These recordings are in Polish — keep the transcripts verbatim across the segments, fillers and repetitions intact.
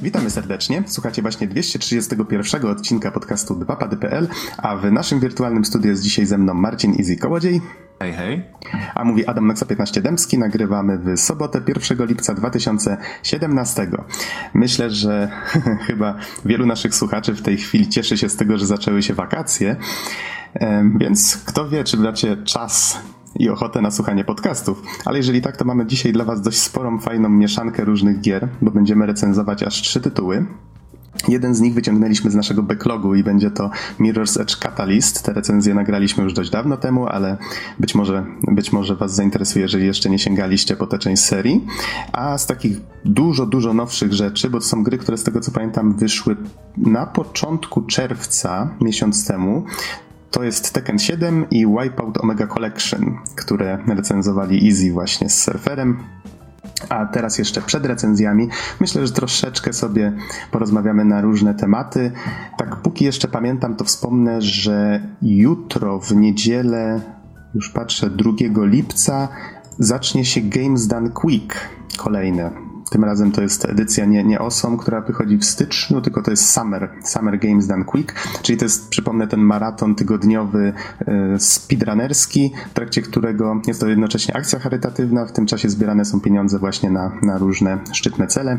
Witamy serdecznie. Słuchacie właśnie dwieście trzydziestego pierwszego odcinka podcastu dwa pady kropka p l, a w naszym wirtualnym studiu jest dzisiaj ze mną Marcin Easy Kołodziej. Hej, hej. A mówi Adam Noxa piętnaście Dębski. Nagrywamy w sobotę pierwszego lipca dwa tysiące siedemnastego. Myślę, że chyba wielu naszych słuchaczy w tej chwili cieszy się z tego, że zaczęły się wakacje. Więc kto wie, czy macie czas i ochotę na słuchanie podcastów. Ale jeżeli tak, to mamy dzisiaj dla was dość sporą, fajną mieszankę różnych gier, bo będziemy recenzować aż trzy tytuły. Jeden z nich wyciągnęliśmy z naszego backlogu i będzie to Mirror's Edge Catalyst. Te recenzje nagraliśmy już dość dawno temu, ale być może, być może was zainteresuje, jeżeli jeszcze nie sięgaliście po tę część serii. A z takich dużo, dużo nowszych rzeczy, bo to są gry, które z tego co pamiętam wyszły na początku czerwca, miesiąc temu, to jest Tekken siedem i Wipeout Omega Collection, które recenzowali Easy właśnie z Surferem. A teraz jeszcze przed recenzjami myślę, że troszeczkę sobie porozmawiamy na różne tematy. Tak, póki jeszcze pamiętam, to wspomnę, że jutro w niedzielę, już patrzę, drugiego lipca zacznie się Games Done Quick kolejne. Tym razem to jest edycja nie, nie Awesome, która wychodzi w styczniu, tylko to jest Summer, Summer Games Done Quick, czyli to jest, przypomnę, ten maraton tygodniowy e, speedrunnerski, w trakcie którego jest to jednocześnie akcja charytatywna, w tym czasie zbierane są pieniądze właśnie na, na różne szczytne cele.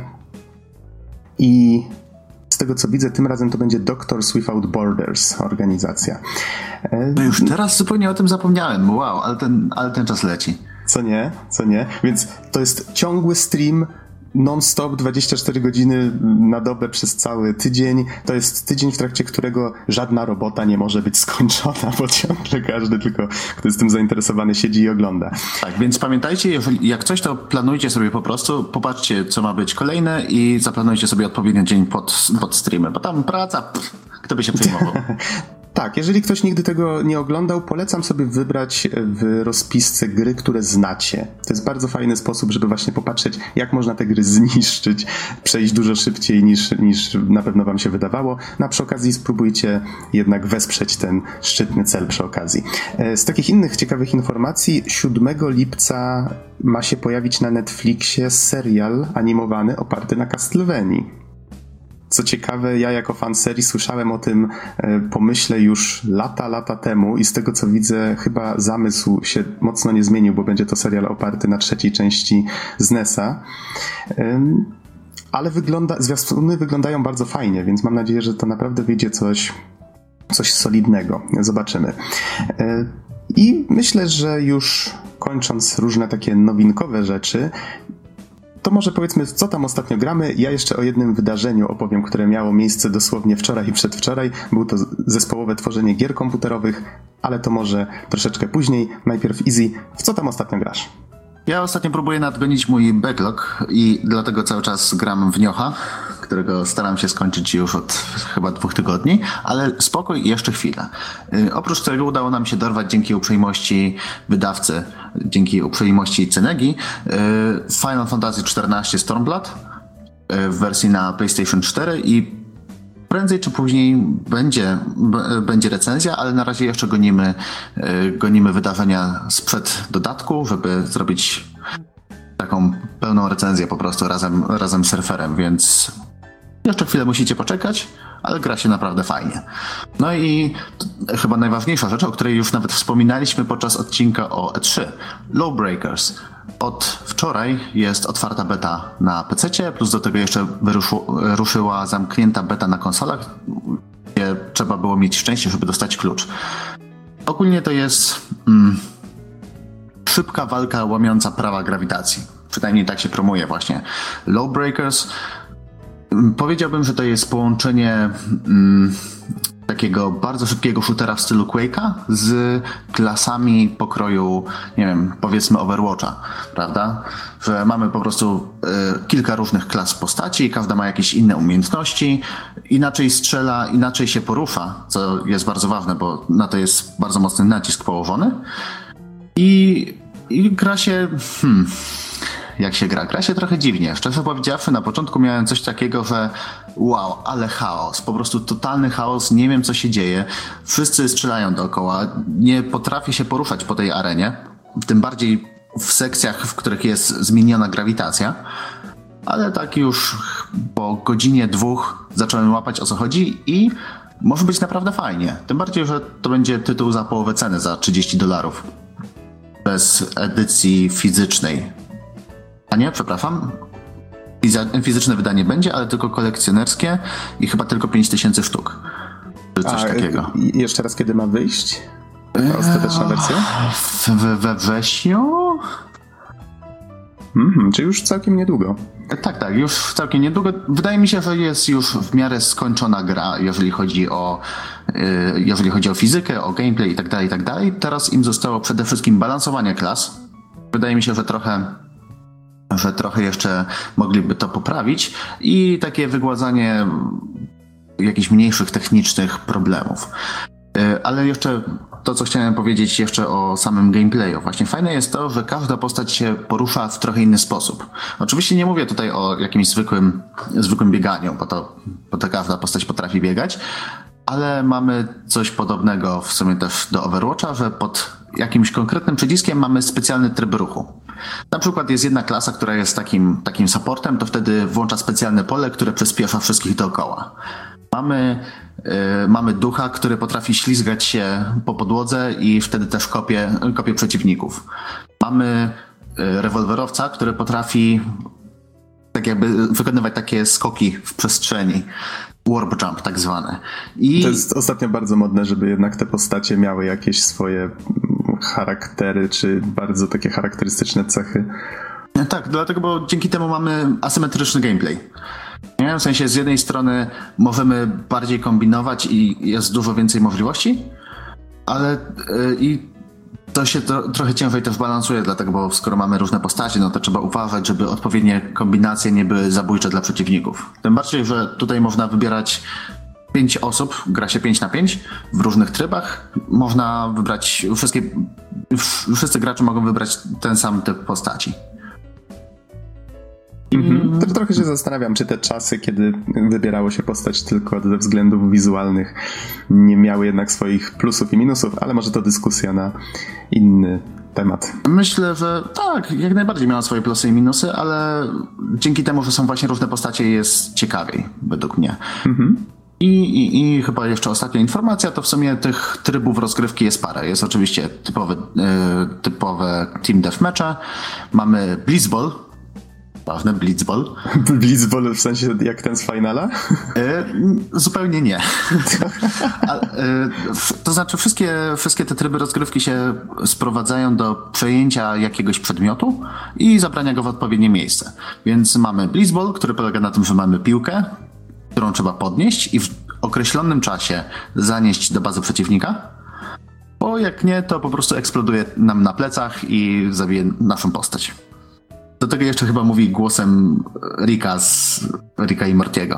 I z tego co widzę, tym razem to będzie Doctors Without Borders organizacja. E, no już teraz zupełnie o tym zapomniałem, wow, ale ten, ale ten czas leci. Co nie, co nie, więc to jest ciągły stream, non-stop, dwadzieścia cztery godziny na dobę przez cały tydzień. To jest tydzień, w trakcie którego żadna robota nie może być skończona, bo ciągle każdy tylko, kto jest tym zainteresowany, siedzi i ogląda. Tak, więc pamiętajcie, jeżeli, jak coś, to planujcie sobie po prostu, popatrzcie, co ma być kolejne i zaplanujcie sobie odpowiedni dzień pod, pod streamy, bo tam praca, pff, kto by się przejmował. Tak, jeżeli ktoś nigdy tego nie oglądał, polecam sobie wybrać w rozpisce gry, które znacie. To jest bardzo fajny sposób, żeby właśnie popatrzeć, jak można te gry zniszczyć, przejść dużo szybciej niż, niż na pewno wam się wydawało. No a przy okazji spróbujcie jednak wesprzeć ten szczytny cel przy okazji. Z takich innych ciekawych informacji, siódmego lipca ma się pojawić na Netflixie serial animowany oparty na Castlevanii. Co ciekawe, ja jako fan serii słyszałem o tym pomyśle już lata, lata temu i z tego co widzę, chyba zamysł się mocno nie zmienił, bo będzie to serial oparty na trzeciej części z N E S-a. Ale wygląda, zwiastuny wyglądają bardzo fajnie, więc mam nadzieję, że to naprawdę wyjdzie coś, coś solidnego. Zobaczymy. I myślę, że już kończąc różne takie nowinkowe rzeczy, to może powiedzmy, co tam ostatnio gramy. Ja jeszcze o jednym wydarzeniu opowiem, które miało miejsce dosłownie wczoraj i przedwczoraj. Było to zespołowe tworzenie gier komputerowych, ale to może troszeczkę później. Najpierw Easy, w co tam ostatnio grasz? Ja ostatnio próbuję nadgonić mój backlog i dlatego cały czas gram w Nioha, którego staram się skończyć już od chyba dwóch tygodni, ale spokój, jeszcze chwilę. Yy, oprócz tego udało nam się dorwać dzięki uprzejmości wydawcy, dzięki uprzejmości Cenegi, yy, Final Fantasy czternaście Stormblood yy, w wersji na PlayStation cztery i prędzej czy później będzie, b- będzie recenzja, ale na razie jeszcze gonimy, yy, gonimy wydarzenia sprzed dodatku, żeby zrobić taką pełną recenzję po prostu razem, razem z Surferem, więc jeszcze chwilę musicie poczekać, ale gra się naprawdę fajnie. No i t- chyba najważniejsza rzecz, o której już nawet wspominaliśmy podczas odcinka o E trzy. Lawbreakers. Od wczoraj jest otwarta beta na pececie, plus do tego jeszcze wyruszu, ruszyła zamknięta beta na konsolach, gdzie trzeba było mieć szczęście, żeby dostać klucz. Ogólnie to jest mm, szybka walka łamiąca prawa grawitacji. Przynajmniej tak się promuje właśnie Lawbreakers. Powiedziałbym, że to jest połączenie mm, takiego bardzo szybkiego shootera w stylu Quake'a z klasami pokroju, nie wiem, powiedzmy Overwatcha, prawda? Że mamy po prostu y, kilka różnych klas postaci, każda ma jakieś inne umiejętności, inaczej strzela, inaczej się porusza, co jest bardzo ważne, bo na to jest bardzo mocny nacisk położony. I, i gra się... Hmm, jak się gra. Gra się trochę dziwnie. Szczerze powiedziawszy, na początku miałem coś takiego, że wow, ale chaos. Po prostu totalny chaos. Nie wiem, co się dzieje. Wszyscy strzelają dookoła. Nie potrafię się poruszać po tej arenie. Tym bardziej w sekcjach, w których jest zmieniona grawitacja. Ale tak już po godzinie, dwóch zacząłem łapać, o co chodzi i może być naprawdę fajnie. Tym bardziej, że to będzie tytuł za połowę ceny, za trzydzieści dolarów. Bez edycji fizycznej. A nie, przepraszam. Fizyczne wydanie będzie, ale tylko kolekcjonerskie i chyba tylko pięć tysięcy sztuk. Czy coś A, takiego. I jeszcze raz, kiedy ma wyjść? Ta ostateczna wersja? We, we wrześniu? Mhm, czy już całkiem niedługo. Tak, tak, już całkiem niedługo. Wydaje mi się, że jest już w miarę skończona gra, jeżeli chodzi o, yy, jeżeli chodzi o fizykę, o gameplay i tak dalej, i tak dalej. Teraz im zostało przede wszystkim balansowanie klas. Wydaje mi się, że trochę, że trochę jeszcze mogliby to poprawić i takie wygładzanie jakichś mniejszych technicznych problemów. Yy, ale jeszcze to, co chciałem powiedzieć jeszcze o samym gameplayu. Właśnie fajne jest to, że każda postać się porusza w trochę inny sposób. Oczywiście nie mówię tutaj o jakimś zwykłym, zwykłym bieganiu, bo to, bo to każda postać potrafi biegać, ale mamy coś podobnego w sumie też do Overwatcha, że pod jakimś konkretnym przyciskiem mamy specjalny tryb ruchu. Na przykład jest jedna klasa, która jest takim, takim supportem, to wtedy włącza specjalne pole, które przyspiesza wszystkich dookoła. Mamy, yy, mamy ducha, który potrafi ślizgać się po podłodze i wtedy też kopie, kopie przeciwników. Mamy yy, rewolwerowca, który potrafi tak jakby wykonywać takie skoki w przestrzeni. Warp jump tak zwane. I to jest ostatnio bardzo modne, żeby jednak te postacie miały jakieś swoje charaktery, czy bardzo takie charakterystyczne cechy. Tak, dlatego, bo dzięki temu mamy asymetryczny gameplay. Nie? W sensie z jednej strony możemy bardziej kombinować i jest dużo więcej możliwości, ale yy, i to się to, trochę ciężej też balansuje, dlatego, bo skoro mamy różne postacie, no to trzeba uważać, żeby odpowiednie kombinacje nie były zabójcze dla przeciwników. Tym bardziej, że tutaj można wybierać pięć osób, gra się pięć na pięć w różnych trybach. Można wybrać, wszystkie, wszyscy gracze mogą wybrać ten sam typ postaci. Mhm. To trochę się zastanawiam, czy te czasy, kiedy wybierało się postać tylko ze względów wizualnych, nie miały jednak swoich plusów i minusów, ale może to dyskusja na inny temat. Myślę, że tak, jak najbardziej miała swoje plusy i minusy, ale dzięki temu, że są właśnie różne postacie, jest ciekawiej, według mnie. Mhm. I, i, I chyba jeszcze ostatnia informacja, to w sumie tych trybów rozgrywki jest parę. Jest oczywiście typowe, yy, typowe Team Deathmatche, mamy Blitzball, ważne, Blitzball. Blitzball w sensie jak ten z finala? E, zupełnie nie. A, e, to znaczy wszystkie, wszystkie te tryby rozgrywki się sprowadzają do przejęcia jakiegoś przedmiotu i zabrania go w odpowiednie miejsce. Więc mamy Blitzball, który polega na tym, że mamy piłkę, którą trzeba podnieść i w określonym czasie zanieść do bazy przeciwnika, bo jak nie, to po prostu eksploduje nam na plecach i zabije naszą postać. Do tego jeszcze chyba mówi głosem Ricka z Ricka i Mortiego.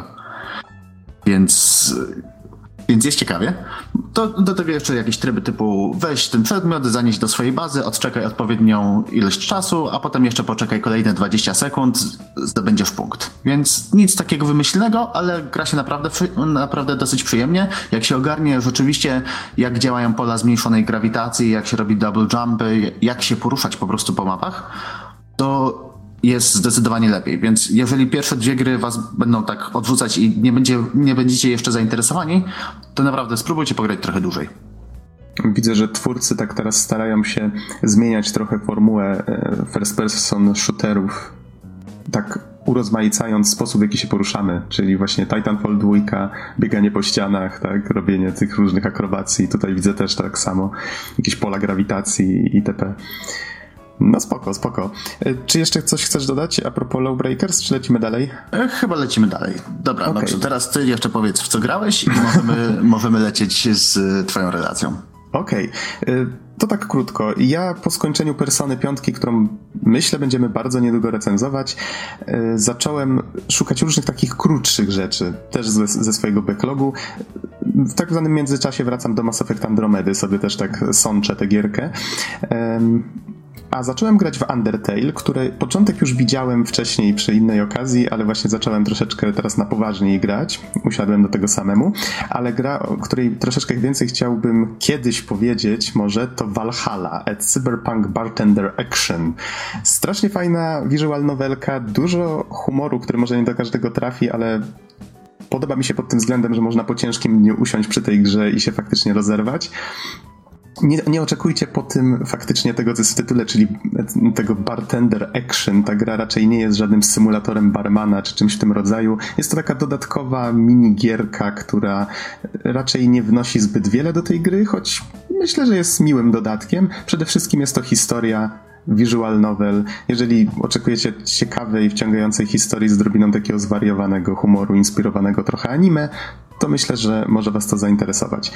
Więc, więc jest ciekawie. To, do tego jeszcze jakieś tryby typu weź ten przedmiot, zanieś do swojej bazy, odczekaj odpowiednią ilość czasu, a potem jeszcze poczekaj kolejne dwadzieścia sekund, zdobędziesz punkt. Więc nic takiego wymyślnego, ale gra się naprawdę, naprawdę dosyć przyjemnie. Jak się ogarnie rzeczywiście, jak działają pola zmniejszonej grawitacji, jak się robi double jumpy, jak się poruszać po prostu po mapach, to jest zdecydowanie lepiej, więc jeżeli pierwsze dwie gry was będą tak odrzucać i nie, będzie, nie będziecie jeszcze zainteresowani, to naprawdę spróbujcie pograć trochę dłużej. Widzę, że twórcy tak teraz starają się zmieniać trochę formułę first person shooterów, tak urozmaicając sposób, w jaki się poruszamy, czyli właśnie Titanfall dwa, bieganie po ścianach, tak, robienie tych różnych akrobacji. Tutaj widzę też tak samo jakieś pola grawitacji itp. No spoko, spoko. Czy jeszcze coś chcesz dodać a propos Lawbreakers, czy lecimy dalej? E, chyba lecimy dalej. Dobra, okay. Dobrze, teraz ty jeszcze powiedz, w co grałeś i możemy, możemy lecieć z twoją relacją. Okej, okay. To tak krótko. Ja po skończeniu Persony piątki, którą myślę będziemy bardzo niedługo recenzować, zacząłem szukać różnych takich krótszych rzeczy, też ze, ze swojego backlogu. W tak zwanym międzyczasie wracam do Mass Effect Andromedy, sobie też tak sączę tę gierkę. A zacząłem grać w Undertale, który początek już widziałem wcześniej przy innej okazji, ale właśnie zacząłem troszeczkę teraz na poważniej grać. Usiadłem do tego samemu, ale gra, o której troszeczkę więcej chciałbym kiedyś powiedzieć może, to Valhalla, a Cyberpunk Bartender Action. Strasznie fajna visual novelka, dużo humoru, który może nie do każdego trafi, ale podoba mi się pod tym względem, że można po ciężkim dniu usiąść przy tej grze i się faktycznie rozerwać. Nie, nie oczekujcie po tym faktycznie tego, co jest w tytule, czyli tego bartender action. Ta gra raczej nie jest żadnym symulatorem barmana czy czymś w tym rodzaju. Jest to taka dodatkowa minigierka, która raczej nie wnosi zbyt wiele do tej gry, choć myślę, że jest miłym dodatkiem. Przede wszystkim jest to historia, visual novel. Jeżeli oczekujecie ciekawej i wciągającej historii z drobiną takiego zwariowanego humoru, inspirowanego trochę anime, to myślę, że może was to zainteresować.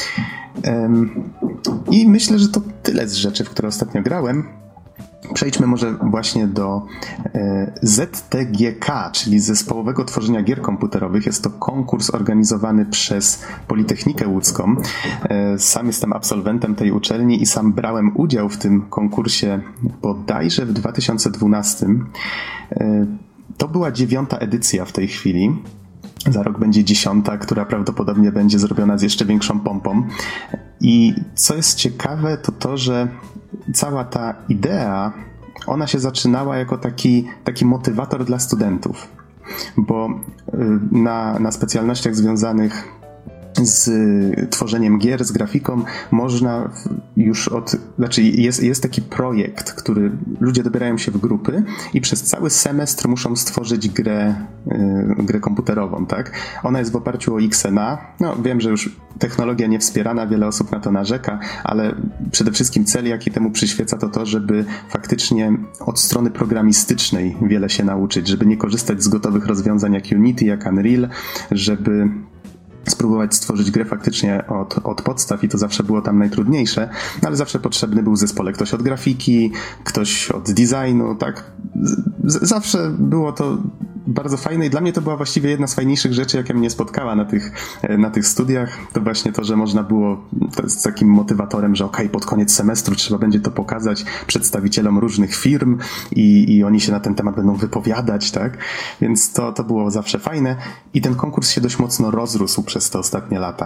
Um, I myślę, że to tyle z rzeczy, w które ostatnio grałem. Przejdźmy może właśnie do e, Z T G K, czyli Zespołowego Tworzenia Gier Komputerowych. Jest to konkurs organizowany przez Politechnikę Łódzką. E, sam jestem absolwentem tej uczelni i sam brałem udział w tym konkursie bodajże w dwa tysiące dwunastym. E, to była dziewiąta edycja w tej chwili. Za rok będzie dziesiąta, która prawdopodobnie będzie zrobiona z jeszcze większą pompą. I co jest ciekawe, to to, że cała ta idea, ona się zaczynała jako taki, taki motywator dla studentów. Bo na, na specjalnościach związanych z tworzeniem gier, z grafiką można już od... Znaczy jest, jest taki projekt, który ludzie dobierają się w grupy i przez cały semestr muszą stworzyć grę, yy, grę komputerową, tak? Ona jest w oparciu o X N A. No wiem, że już technologia niewspierana, wiele osób na to narzeka, ale przede wszystkim cel, jaki temu przyświeca, to to, żeby faktycznie od strony programistycznej wiele się nauczyć, żeby nie korzystać z gotowych rozwiązań jak Unity, jak Unreal, żeby spróbować stworzyć grę faktycznie od, od podstaw i to zawsze było tam najtrudniejsze, no ale zawsze potrzebny był w zespole ktoś od grafiki, ktoś od designu, tak? Z- zawsze było to bardzo fajne i dla mnie to była właściwie jedna z fajniejszych rzeczy, jakie mnie spotkała na tych, na tych studiach. To właśnie to, że można było to z takim motywatorem, że okej, okay, pod koniec semestru trzeba będzie to pokazać przedstawicielom różnych firm i, i oni się na ten temat będą wypowiadać, tak? Więc to, to było zawsze fajne i ten konkurs się dość mocno rozrósł przez te ostatnie lata.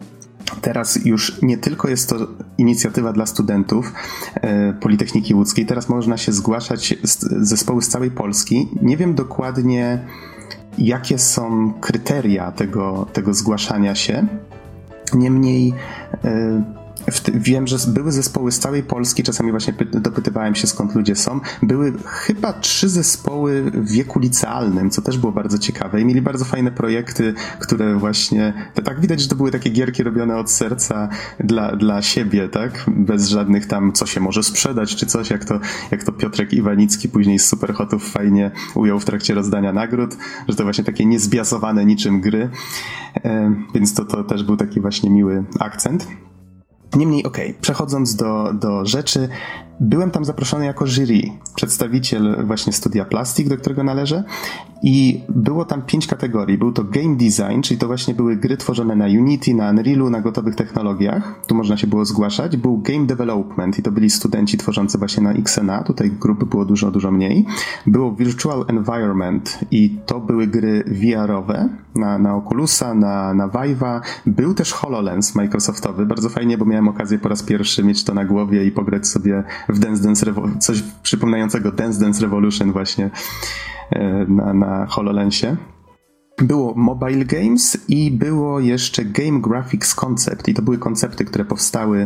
Teraz już nie tylko jest to inicjatywa dla studentów e, Politechniki Łódzkiej, teraz można się zgłaszać z, zespoły z całej Polski. Nie wiem dokładnie, jakie są kryteria tego, tego zgłaszania się. Niemniej e, w, wiem, że były zespoły z całej Polski, czasami właśnie py, dopytywałem się, skąd ludzie są. Były chyba trzy zespoły w wieku licealnym, co też było bardzo ciekawe i mieli bardzo fajne projekty, które właśnie, to tak widać, że to były takie gierki robione od serca dla, dla siebie, tak? Bez żadnych tam, co się może sprzedać, czy coś, jak to, jak to Piotrek Iwanicki później z Superhotów fajnie ujął w trakcie rozdania nagród, że to właśnie takie niezbiasowane niczym gry, e, więc to, to też był taki właśnie miły akcent. Niemniej okej, okay, przechodząc do, do rzeczy, byłem tam zaproszony jako jury, przedstawiciel właśnie studia Plastik, do którego należę i było tam pięć kategorii. Był to game design, czyli to właśnie były gry tworzone na Unity, na Unrealu, na gotowych technologiach. Tu można się było zgłaszać. Był game development i to byli studenci tworzący właśnie na X N A. Tutaj grup było dużo, dużo mniej. Było virtual environment i to były gry V R-owe na, na Oculusa, na, na Vive'a. Był też HoloLens Microsoftowy. Bardzo fajnie, bo miałem okazję po raz pierwszy mieć to na głowie i pograć sobie w Dance Dance Revo- coś przypominającego Dance Dance Revolution właśnie na, na HoloLensie. Było Mobile Games i było jeszcze Game Graphics Concept i to były koncepty, które powstały.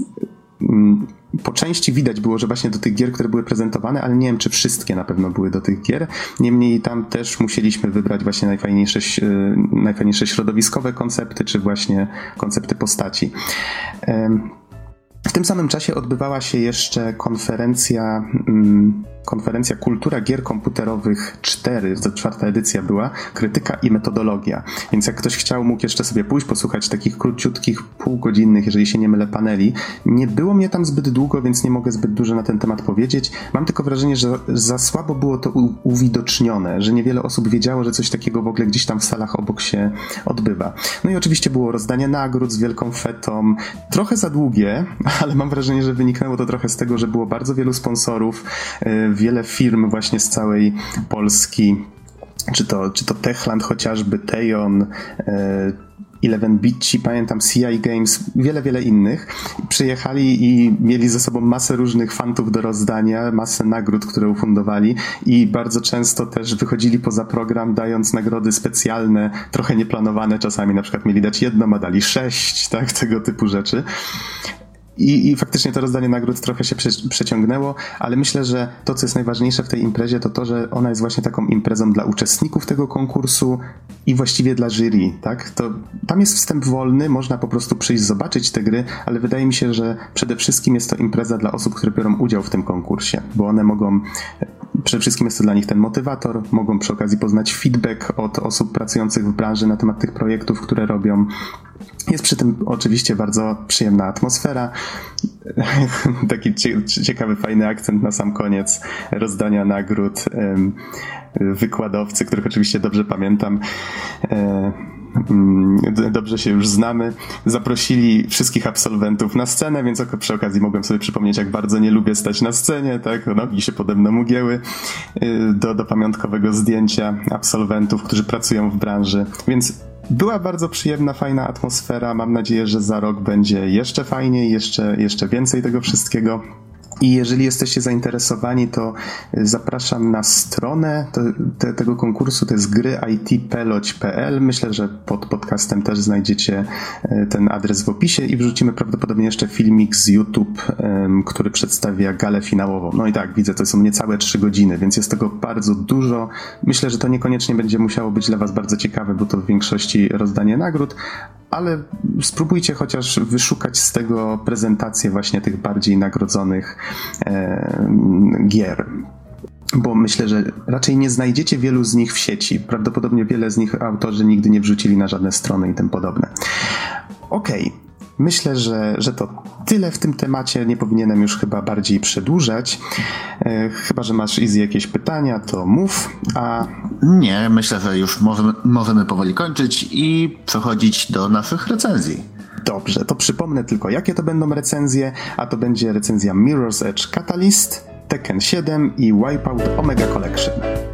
Po części widać było, że właśnie do tych gier, które były prezentowane, ale nie wiem, czy wszystkie na pewno były do tych gier. Niemniej tam też musieliśmy wybrać właśnie najfajniejsze, najfajniejsze środowiskowe koncepty, czy właśnie koncepty postaci. W tym samym czasie odbywała się jeszcze konferencja konferencja Kultura Gier Komputerowych cztery, to czwarta edycja była, krytyka i metodologia. Więc jak ktoś chciał, mógł jeszcze sobie pójść, posłuchać takich króciutkich, półgodzinnych, jeżeli się nie mylę, paneli. Nie było mnie tam zbyt długo, więc nie mogę zbyt dużo na ten temat powiedzieć. Mam tylko wrażenie, że za słabo było to u- uwidocznione, że niewiele osób wiedziało, że coś takiego w ogóle gdzieś tam w salach obok się odbywa. No i oczywiście było rozdanie nagród z wielką fetą. Trochę za długie, ale mam wrażenie, że wyniknęło to trochę z tego, że było bardzo wielu sponsorów, wiele firm właśnie z całej Polski, czy to, czy to Techland chociażby, Tejon, Eleven Beach, pamiętam C I Games, wiele, wiele innych. Przyjechali i mieli ze sobą masę różnych fantów do rozdania, masę nagród, które ufundowali i bardzo często też wychodzili poza program, dając nagrody specjalne, trochę nieplanowane czasami, na przykład mieli dać jedną, a dali sześć, tak, tego typu rzeczy. I, I faktycznie to rozdanie nagród trochę się prze, przeciągnęło, ale myślę, że to, co jest najważniejsze w tej imprezie, to to, że ona jest właśnie taką imprezą dla uczestników tego konkursu i właściwie dla jury, tak? To, tam jest wstęp wolny, można po prostu przyjść, zobaczyć te gry, ale wydaje mi się, że przede wszystkim jest to impreza dla osób, które biorą udział w tym konkursie, bo one mogą, przede wszystkim jest to dla nich ten motywator, mogą przy okazji poznać feedback od osób pracujących w branży na temat tych projektów, które robią. Jest przy tym oczywiście bardzo przyjemna atmosfera. Taki ciekawy, fajny akcent na sam koniec rozdania nagród. Wykładowcy, których oczywiście dobrze pamiętam, dobrze się już znamy, zaprosili wszystkich absolwentów na scenę, więc przy okazji mogłem sobie przypomnieć, jak bardzo nie lubię stać na scenie, tak, nogi się pode mną ugięły, do, do pamiątkowego zdjęcia absolwentów, którzy pracują w branży, więc była bardzo przyjemna, fajna atmosfera. Mam nadzieję, że za rok będzie jeszcze fajniej, jeszcze, jeszcze więcej tego wszystkiego. I jeżeli jesteście zainteresowani, to zapraszam na stronę te, te, tego konkursu, to jest gry i t peloć kropka p l. Myślę, że pod podcastem też znajdziecie ten adres w opisie i wrzucimy prawdopodobnie jeszcze filmik z YouTube, um, który przedstawia galę finałową. No i tak, widzę, to są niecałe trzy godziny, więc jest tego bardzo dużo. Myślę, że to niekoniecznie będzie musiało być dla was bardzo ciekawe, bo to w większości rozdanie nagród, ale spróbujcie chociaż wyszukać z tego prezentację właśnie tych bardziej nagrodzonych e, gier. Bo myślę, że raczej nie znajdziecie wielu z nich w sieci. Prawdopodobnie wiele z nich autorzy nigdy nie wrzucili na żadne strony i tym podobne. Okej. Okay. Myślę, że, że to tyle w tym temacie. Nie powinienem już chyba bardziej przedłużać. E, chyba, że masz, Izzy, jakieś pytania, to mów. A... Nie, myślę, że już możemy, możemy powoli kończyć i przechodzić do naszych recenzji. Dobrze, to przypomnę tylko, jakie to będą recenzje, a to będzie recenzja Mirror's Edge Catalyst, Tekken siedem i Wipeout Omega Collection.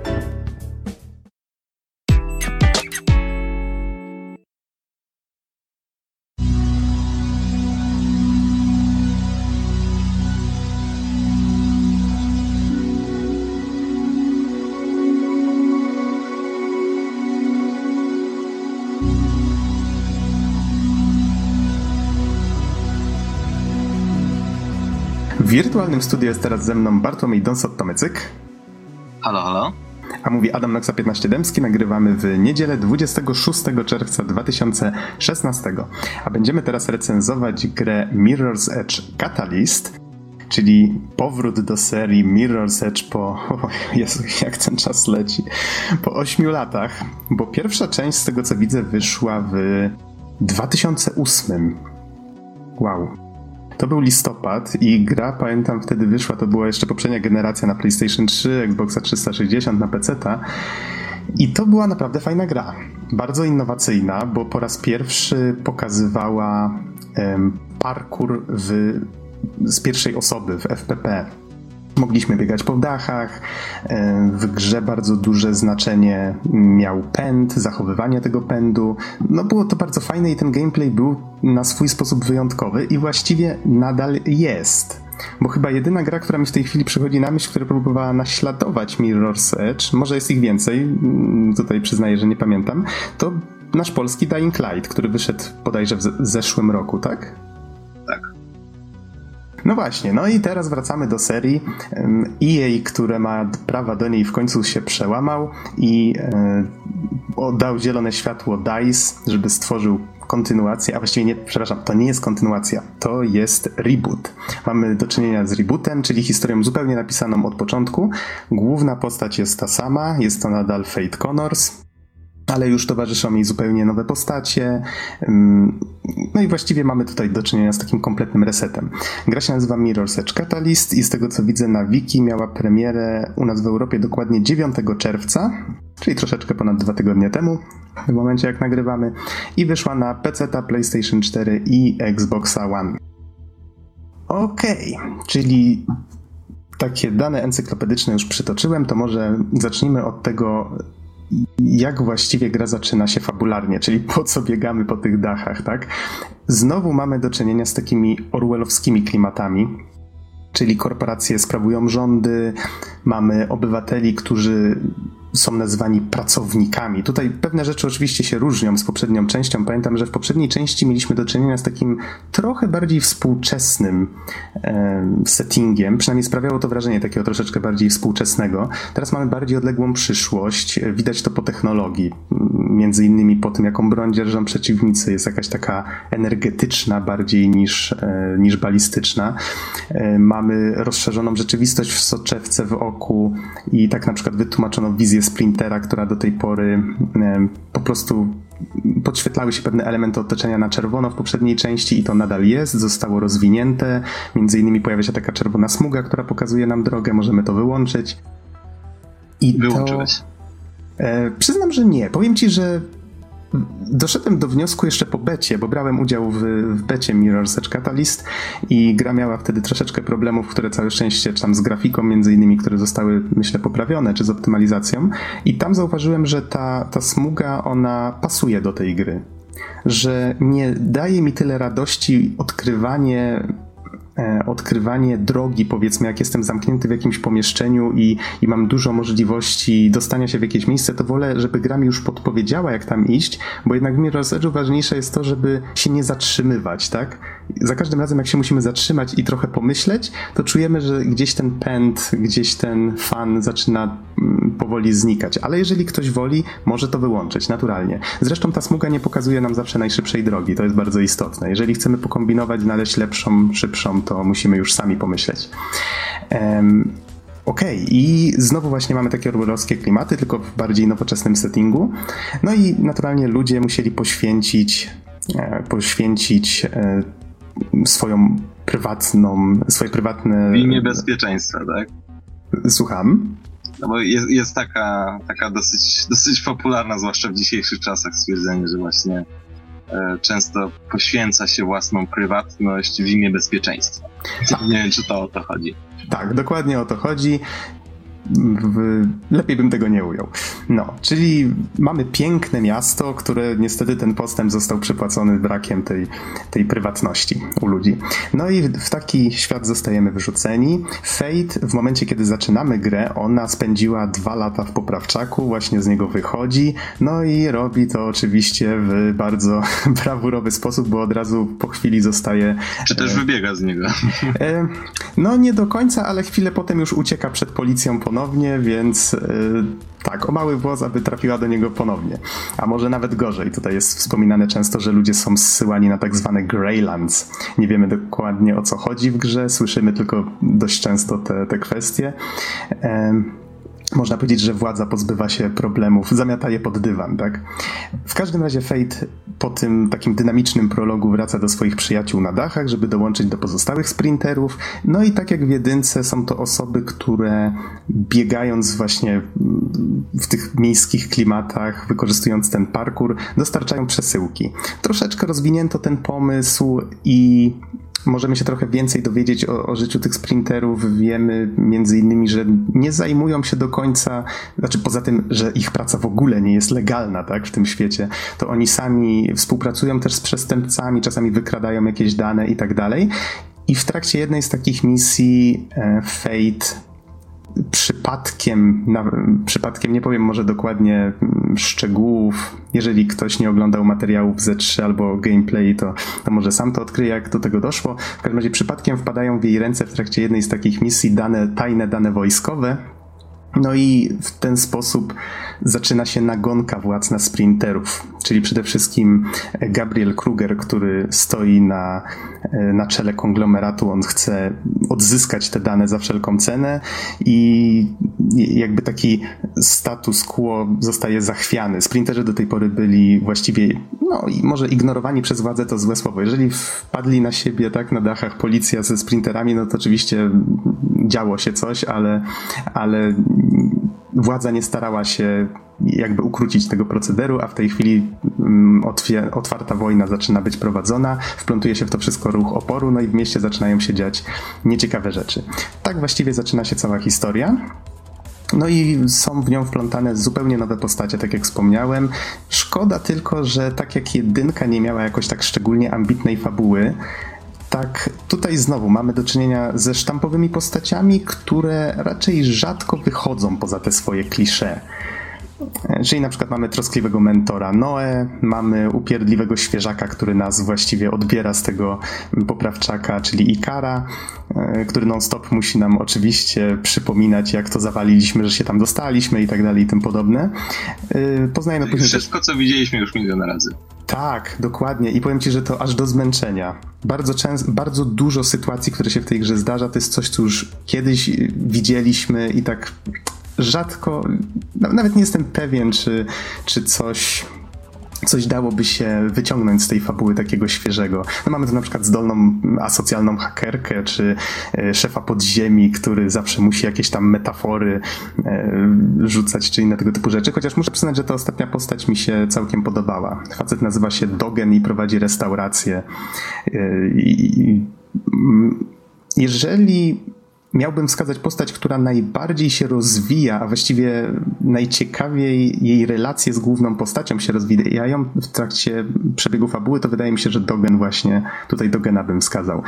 W wirtualnym studiu jest teraz ze mną Bartłomiej Donsot-Tomycyk. Halo, halo. A mówi Adam Noxa piętnaście Dębski. Nagrywamy w niedzielę dwudziestego szóstego czerwca dwa tysiące szesnastego. A będziemy teraz recenzować grę Mirror's Edge Catalyst, czyli powrót do serii Mirror's Edge po... O Jezu, jak ten czas leci. Po ośmiu latach, bo pierwsza część, z tego co widzę, wyszła w dwa tysiące ósmym. Wow. To był listopad i gra, pamiętam, wtedy wyszła, to była jeszcze poprzednia generacja na PlayStation trzy, Xboxa trzysta sześćdziesiąt, na peceta. I to była naprawdę fajna gra. Bardzo innowacyjna, bo po raz pierwszy pokazywała um, parkour w, z pierwszej osoby w F P P. Mogliśmy biegać po dachach, w grze bardzo duże znaczenie miał pęd, zachowywanie tego pędu. No było to bardzo fajne i ten gameplay był na swój sposób wyjątkowy i właściwie nadal jest. Bo chyba jedyna gra, która mi w tej chwili przychodzi na myśl, która próbowała naśladować Mirror's Edge, może jest ich więcej, tutaj przyznaję, że nie pamiętam, to nasz polski Dying Light, który wyszedł bodajże w zeszłym roku, tak? Tak. No właśnie, no i teraz wracamy do serii. E A, które ma prawa do niej, w końcu się przełamał i e, oddał zielone światło D I C E, żeby stworzył kontynuacja, a właściwie nie, przepraszam, to nie jest kontynuacja, to jest reboot. Mamy do czynienia z rebootem, czyli historią zupełnie napisaną od początku. Główna postać jest ta sama, jest to nadal Faith Connors, ale już towarzyszą jej zupełnie nowe postacie. No i właściwie mamy tutaj do czynienia z takim kompletnym resetem. Gra się nazywa Mirror's Edge Catalyst i z tego co widzę na wiki miała premierę u nas w Europie dokładnie dziewiątego czerwca, czyli troszeczkę ponad dwa tygodnie temu, w momencie jak nagrywamy, i wyszła na peceta, PlayStation cztery i Xboxa One. Okej, okay, czyli takie dane encyklopedyczne już przytoczyłem, to może zacznijmy od tego, jak właściwie gra zaczyna się fabularnie, czyli po co biegamy po tych dachach, tak? Znowu mamy do czynienia z takimi orwellowskimi klimatami, czyli korporacje sprawują rządy, mamy obywateli, którzy są nazwani pracownikami. Tutaj pewne rzeczy oczywiście się różnią z poprzednią częścią. Pamiętam, że w poprzedniej części mieliśmy do czynienia z takim trochę bardziej współczesnym e, settingiem. Przynajmniej sprawiało to wrażenie takiego troszeczkę bardziej współczesnego. Teraz mamy bardziej odległą przyszłość. Widać to po technologii. Między innymi po tym, jaką broń dzierżą przeciwnicy. Jest jakaś taka energetyczna bardziej niż, e, niż balistyczna. E, mamy rozszerzoną rzeczywistość w soczewce w oku i tak na przykład wytłumaczono wizję Splintera, która do tej pory e, po prostu podświetlały się pewne elementy otoczenia na czerwono w poprzedniej części i to nadal jest, zostało rozwinięte. Między innymi pojawia się taka czerwona smuga, która pokazuje nam drogę, możemy to wyłączyć. I Wyłączyłeś? To... E, przyznam, że nie. Powiem ci, że doszedłem do wniosku jeszcze po becie, bo brałem udział w, w becie Mirror's Edge Catalyst i gra miała wtedy troszeczkę problemów, które całe szczęście, czy tam z grafiką między innymi, które zostały, myślę, poprawione, czy z optymalizacją. I tam zauważyłem, że ta, ta smuga, ona pasuje do tej gry. Że nie daje mi tyle radości odkrywanie odkrywanie drogi, powiedzmy, jak jestem zamknięty w jakimś pomieszczeniu i, i mam dużo możliwości dostania się w jakieś miejsce, to wolę, żeby gra mi już podpowiedziała, jak tam iść, bo jednak w Mirror's Edge'u ważniejsze jest to, żeby się nie zatrzymywać, tak? Za każdym razem, jak się musimy zatrzymać i trochę pomyśleć, to czujemy, że gdzieś ten pęd, gdzieś ten fan zaczyna mm, powoli znikać, ale jeżeli ktoś woli, może to wyłączyć, naturalnie. Zresztą ta smuga nie pokazuje nam zawsze najszybszej drogi, to jest bardzo istotne. Jeżeli chcemy pokombinować, znaleźć lepszą, szybszą, to musimy już sami pomyśleć. Um, Okej, okay. I znowu właśnie mamy takie orwellowskie klimaty, tylko w bardziej nowoczesnym settingu. No i naturalnie ludzie musieli poświęcić, e, poświęcić e, swoją prywatną, swoje prywatne... W imię bezpieczeństwa, tak? Słucham? No bo jest, jest taka, taka dosyć, dosyć popularna, zwłaszcza w dzisiejszych czasach, stwierdzenie, że właśnie często poświęca się własną prywatność w imię bezpieczeństwa. Nie wiem, czy to o to chodzi. Tak, dokładnie o to chodzi. W... Lepiej bym tego nie ujął. No, czyli mamy piękne miasto, które niestety ten postęp został przypłacony brakiem tej, tej prywatności u ludzi. No i w taki świat zostajemy wyrzuceni. Fate w momencie, kiedy zaczynamy grę, ona spędziła dwa lata w poprawczaku, właśnie z niego wychodzi, no i robi to oczywiście w bardzo brawurowy sposób, bo od razu po chwili zostaje... Czy też e... wybiega z niego? E... No nie do końca, ale chwilę potem już ucieka przed policją ponownie, więc yy, tak, o mały włos, aby trafiła do niego ponownie. A może nawet gorzej. Tutaj jest wspominane często, że ludzie są zsyłani na tak zwane Greylands. Nie wiemy dokładnie, o co chodzi w grze, słyszymy tylko dość często te, te kwestie. Yy. Można powiedzieć, że władza pozbywa się problemów, zamiata je pod dywan, tak? W każdym razie Fate po tym takim dynamicznym prologu wraca do swoich przyjaciół na dachach, żeby dołączyć do pozostałych sprinterów. No i tak jak w jedynce są to osoby, które biegając właśnie w tych miejskich klimatach, wykorzystując ten parkour, dostarczają przesyłki. Troszeczkę rozwinięto ten pomysł i możemy się trochę więcej dowiedzieć o, o życiu tych sprinterów. Wiemy między innymi, że nie zajmują się do końca, znaczy poza tym, że ich praca w ogóle nie jest legalna, tak, w tym świecie, to oni sami współpracują też z przestępcami, czasami wykradają jakieś dane i tak dalej. I w trakcie jednej z takich misji e, Fate przypadkiem, na, przypadkiem nie powiem może dokładnie szczegółów, jeżeli ktoś nie oglądał materiałów Z trzy albo gameplay, to, to może sam to odkryje, jak do tego doszło. W każdym razie przypadkiem wpadają w jej ręce w trakcie jednej z takich misji dane, tajne dane wojskowe No i w ten sposób zaczyna się nagonka władz na sprinterów, czyli przede wszystkim Gabriel Kruger, który stoi na, na czele konglomeratu. On chce odzyskać te dane za wszelką cenę i jakby taki status quo zostaje zachwiany. Sprinterzy do tej pory byli właściwie, no i może ignorowani przez władzę to złe słowo. Jeżeli wpadli na siebie tak na dachach policja ze sprinterami, no to oczywiście działo się coś, ale, ale władza nie starała się jakby ukrócić tego procederu, a w tej chwili otwie, otwarta wojna zaczyna być prowadzona, wplątuje się w to wszystko ruch oporu, no i w mieście zaczynają się dziać nieciekawe rzeczy. Tak właściwie zaczyna się cała historia. No i są w nią wplątane zupełnie nowe postacie, tak jak wspomniałem. Szkoda tylko, że tak jak jedynka nie miała jakoś tak szczególnie ambitnej fabuły, tak tutaj znowu mamy do czynienia ze sztampowymi postaciami, które raczej rzadko wychodzą poza te swoje klisze. Czyli na przykład mamy troskliwego mentora Noe, mamy upierdliwego świeżaka, który nas właściwie odbiera z tego poprawczaka, czyli Ikara, który non-stop musi nam oczywiście przypominać, jak to zawaliliśmy, że się tam dostaliśmy i tak dalej i tym podobne. Poznajemy później wszystko, też... co widzieliśmy już milion razy. Tak, dokładnie. I powiem ci, że to aż do zmęczenia. Bardzo często, bardzo dużo sytuacji, które się w tej grze zdarza, to jest coś, co już kiedyś widzieliśmy i tak rzadko, nawet nie jestem pewien, czy, czy coś, coś dałoby się wyciągnąć z tej fabuły takiego świeżego. No mamy tu na przykład zdolną asocjalną hakerkę, czy szefa podziemi, który zawsze musi jakieś tam metafory rzucać, czy inne tego typu rzeczy, chociaż muszę przyznać, że ta ostatnia postać mi się całkiem podobała. Facet nazywa się Dogen i prowadzi restaurację. I jeżeli miałbym wskazać postać, która najbardziej się rozwija, a właściwie najciekawiej jej relacje z główną postacią się rozwijają w trakcie przebiegu fabuły, to wydaje mi się, że Dogen właśnie, tutaj Dogena bym wskazał.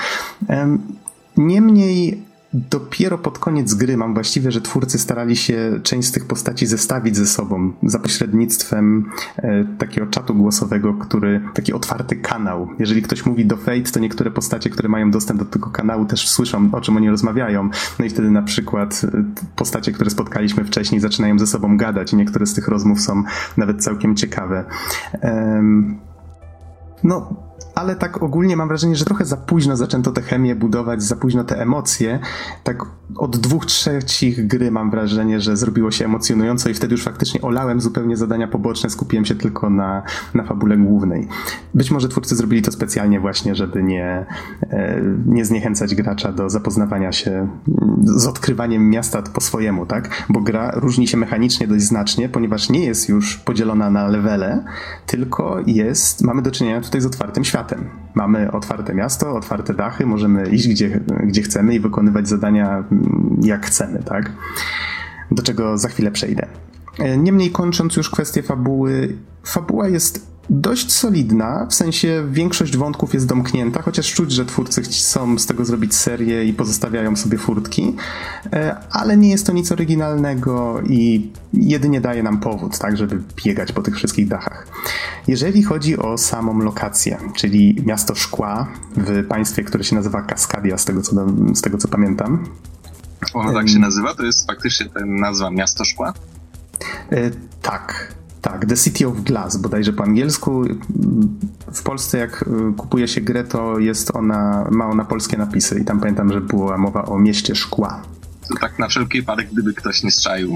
Niemniej dopiero pod koniec gry mam właściwie, że twórcy starali się część z tych postaci zestawić ze sobą za pośrednictwem e, takiego czatu głosowego, który, taki otwarty kanał. Jeżeli ktoś mówi do Fate, to niektóre postacie, które mają dostęp do tego kanału, też słyszą, o czym oni rozmawiają. No i wtedy na przykład postacie, które spotkaliśmy wcześniej, zaczynają ze sobą gadać i niektóre z tych rozmów są nawet całkiem ciekawe. Ehm, no... Ale tak ogólnie mam wrażenie, że trochę za późno zaczęto tę chemię budować, za późno te emocje. Tak od dwóch trzecich gry mam wrażenie, że zrobiło się emocjonująco i wtedy już faktycznie olałem zupełnie zadania poboczne, skupiłem się tylko na, na fabule głównej. Być może twórcy zrobili to specjalnie właśnie, żeby nie, nie zniechęcać gracza do zapoznawania się z odkrywaniem miasta po swojemu, tak? Bo gra różni się mechanicznie dość znacznie, ponieważ nie jest już podzielona na levele, tylko jest, mamy do czynienia tutaj z otwartym światem. Mamy otwarte miasto, otwarte dachy, możemy iść gdzie, gdzie chcemy i wykonywać zadania jak chcemy, tak? Do czego za chwilę przejdę. Niemniej kończąc już kwestię fabuły, fabuła jest dość solidna, w sensie większość wątków jest domknięta, chociaż czuć, że twórcy chcą z tego zrobić serię i pozostawiają sobie furtki, ale nie jest to nic oryginalnego i jedynie daje nam powód, tak, żeby biegać po tych wszystkich dachach. Jeżeli chodzi o samą lokację, czyli miasto szkła w państwie, które się nazywa Kaskadia, z tego co, z tego, co pamiętam. Ono tak się nazywa? To jest faktycznie ta nazwa Miasto Szkła? E, tak. Tak, The City of Glass, bodajże po angielsku. W Polsce jak kupuje się grę, to jest ona, ma ona polskie napisy i tam pamiętam, że była mowa o mieście szkła. To tak na wszelki wypadek, gdyby ktoś nie strzaił.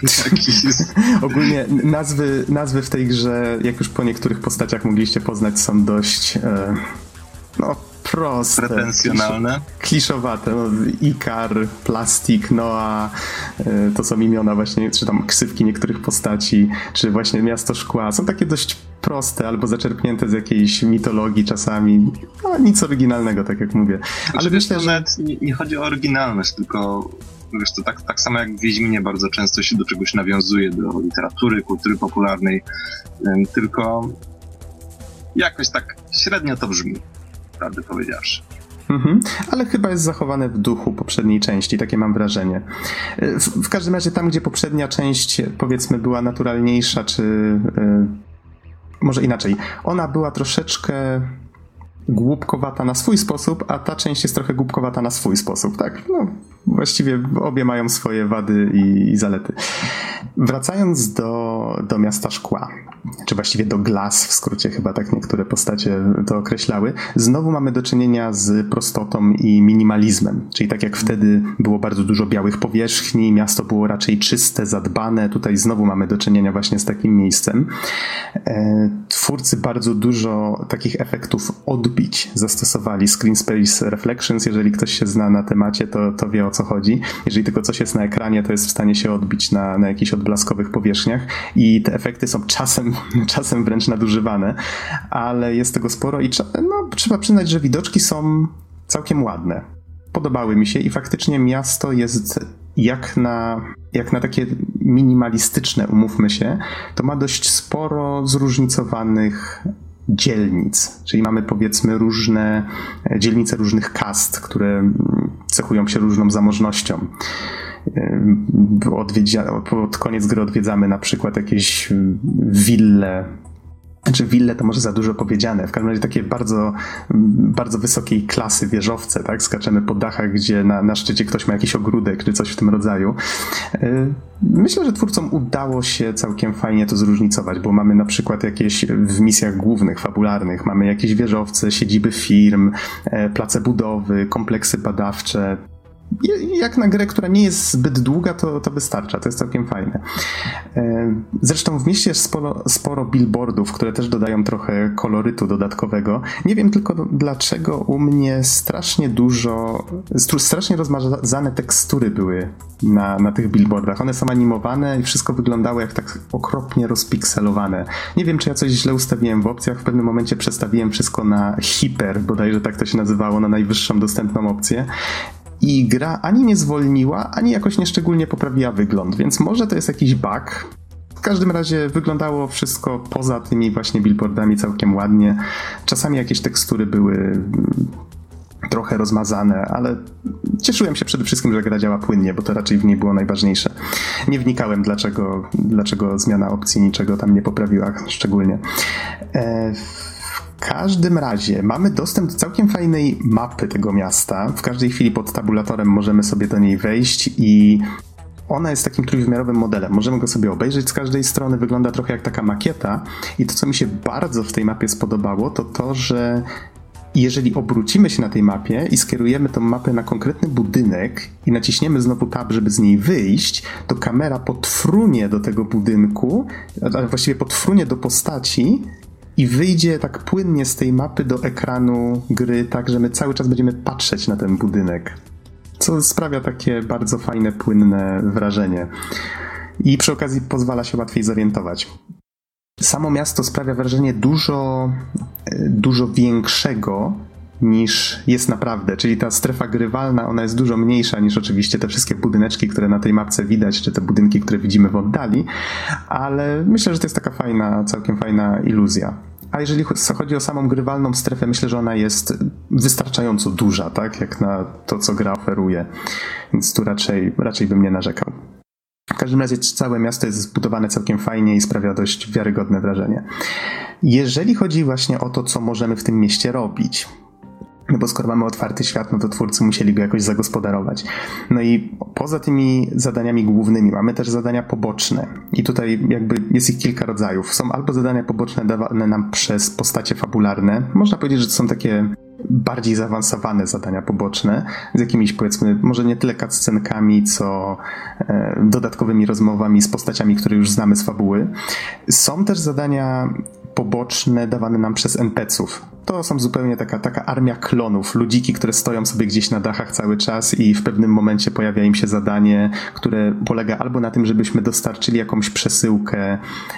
Ogólnie nazwy, nazwy w tej grze, jak już po niektórych postaciach mogliście poznać, są dość e, no proste. Pretensjonalne. Kliszowate. No, Ikar, Plastik, Noah, e, to są imiona właśnie, czy tam ksywki niektórych postaci, czy właśnie Miasto Szkła. Są takie dość proste albo zaczerpnięte z jakiejś mitologii czasami. No, nic oryginalnego, tak jak mówię. Ale znaczy, myślę, że nawet nie, nie chodzi o oryginalność, tylko wiesz, to tak, tak samo jak w Wiedźminie bardzo często się do czegoś nawiązuje, do literatury, kultury popularnej, tylko jakoś tak średnio to brzmi, prawdę powiedziawszy. Mhm, ale chyba jest zachowane w duchu poprzedniej części, takie mam wrażenie. W, w każdym razie tam, gdzie poprzednia część, powiedzmy, była naturalniejsza, czy yy, może inaczej, ona była troszeczkę głupkowata na swój sposób, a ta część jest trochę głupkowata na swój sposób, tak? No, właściwie obie mają swoje wady i, i zalety. Wracając do, do miasta szkła, czy właściwie do Glass w skrócie, chyba tak niektóre postacie to określały, znowu mamy do czynienia z prostotą i minimalizmem. Czyli tak jak wtedy było bardzo dużo białych powierzchni, miasto było raczej czyste, zadbane, tutaj znowu mamy do czynienia właśnie z takim miejscem. Twórcy bardzo dużo takich efektów odbić zastosowali. Screen Space Reflections, jeżeli ktoś się zna na temacie, to, to wie, o co chodzi. Jeżeli tylko coś jest na ekranie, to jest w stanie się odbić na, na jakichś odblaskowych powierzchniach i te efekty są czasem, czasem wręcz nadużywane, ale jest tego sporo i no, trzeba przyznać, że widoczki są całkiem ładne. Podobały mi się i faktycznie miasto jest jak na, jak na takie minimalistyczne, umówmy się, to ma dość sporo zróżnicowanych dzielnic, czyli mamy powiedzmy różne dzielnice różnych kast, które cechują się różną zamożnością. Odwiedzia, pod koniec gry odwiedzamy na przykład jakieś wille, znaczy wille to może za dużo powiedziane, w każdym razie takie bardzo, bardzo wysokiej klasy wieżowce, tak? Skaczemy po dachach, gdzie na, na szczycie ktoś ma jakiś ogródek, czy coś w tym rodzaju. Myślę, że twórcom udało się całkiem fajnie to zróżnicować, bo mamy na przykład jakieś w misjach głównych, fabularnych, mamy jakieś wieżowce, siedziby firm, place budowy, kompleksy badawcze. Jak na grę, która nie jest zbyt długa, to, to wystarcza. To jest całkiem fajne. Zresztą w mieście jest sporo, sporo billboardów, które też dodają trochę kolorytu dodatkowego. Nie wiem tylko dlaczego u mnie strasznie dużo, strasznie rozmazane tekstury były na, na tych billboardach. One są animowane i wszystko wyglądało jak tak okropnie rozpikselowane. Nie wiem, czy ja coś źle ustawiłem w opcjach. W pewnym momencie przestawiłem wszystko na hiper, bodajże tak to się nazywało, na najwyższą dostępną opcję. I gra ani nie zwolniła, ani jakoś nieszczególnie poprawiła wygląd, więc może to jest jakiś bug. W każdym razie wyglądało wszystko poza tymi właśnie billboardami całkiem ładnie. Czasami jakieś tekstury były trochę rozmazane, ale cieszyłem się przede wszystkim, że gra działa płynnie, bo to raczej w niej było najważniejsze. Nie wnikałem, dlaczego, dlaczego zmiana opcji niczego tam nie poprawiła szczególnie. E- W każdym razie mamy dostęp do całkiem fajnej mapy tego miasta. W każdej chwili pod tabulatorem możemy sobie do niej wejść i ona jest takim trójwymiarowym modelem. Możemy go sobie obejrzeć z każdej strony, wygląda trochę jak taka makieta i to, co mi się bardzo w tej mapie spodobało, to to, że jeżeli obrócimy się na tej mapie i skierujemy tą mapę na konkretny budynek i naciśniemy znowu tab, żeby z niej wyjść, to kamera podfrunie do tego budynku, a właściwie podfrunie do postaci i wyjdzie tak płynnie z tej mapy do ekranu gry, tak, że my cały czas będziemy patrzeć na ten budynek. Co sprawia takie bardzo fajne, płynne wrażenie. I przy okazji pozwala się łatwiej zorientować. Samo miasto sprawia wrażenie dużo, dużo większego niż jest naprawdę, czyli ta strefa grywalna, ona jest dużo mniejsza niż oczywiście te wszystkie budyneczki, które na tej mapce widać, czy te budynki, które widzimy w oddali, ale myślę, że to jest taka fajna, całkiem fajna iluzja. A jeżeli chodzi o samą grywalną strefę, myślę, że ona jest wystarczająco duża, tak, jak na to, co gra oferuje, więc tu raczej, raczej bym nie narzekał. W każdym razie całe miasto jest zbudowane całkiem fajnie i sprawia dość wiarygodne wrażenie. Jeżeli chodzi właśnie o to, co możemy w tym mieście robić, no bo skoro mamy otwarty świat, no to twórcy musieli go jakoś zagospodarować. No i poza tymi zadaniami głównymi mamy też zadania poboczne. I tutaj jakby jest ich kilka rodzajów. Są albo zadania poboczne dawane nam przez postacie fabularne. Można powiedzieć, że to są takie bardziej zaawansowane zadania poboczne z jakimiś, powiedzmy, może nie tyle cutscenkami, co e, dodatkowymi rozmowami z postaciami, które już znamy z fabuły. Są też zadania poboczne dawane nam przez en pe ce ów. To są zupełnie taka, taka armia klonów, ludziki, które stoją sobie gdzieś na dachach cały czas i w pewnym momencie pojawia im się zadanie, które polega albo na tym, żebyśmy dostarczyli jakąś przesyłkę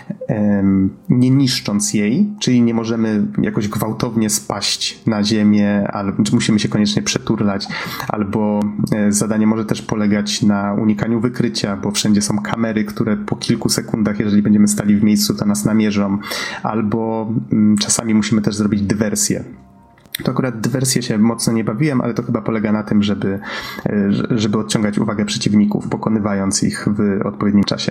em, nie niszcząc jej, czyli nie możemy jakoś gwałtownie spaść na ziemię, albo musimy się koniecznie przeturlać, albo e, zadanie może też polegać na unikaniu wykrycia, bo wszędzie są kamery, które po kilku sekundach, jeżeli będziemy stali w miejscu, to nas namierzą, albo m, czasami musimy też zrobić dywersję. To akurat dywersję się mocno nie bawiłem, ale to chyba polega na tym, żeby, żeby odciągać uwagę przeciwników, pokonywając ich w odpowiednim czasie.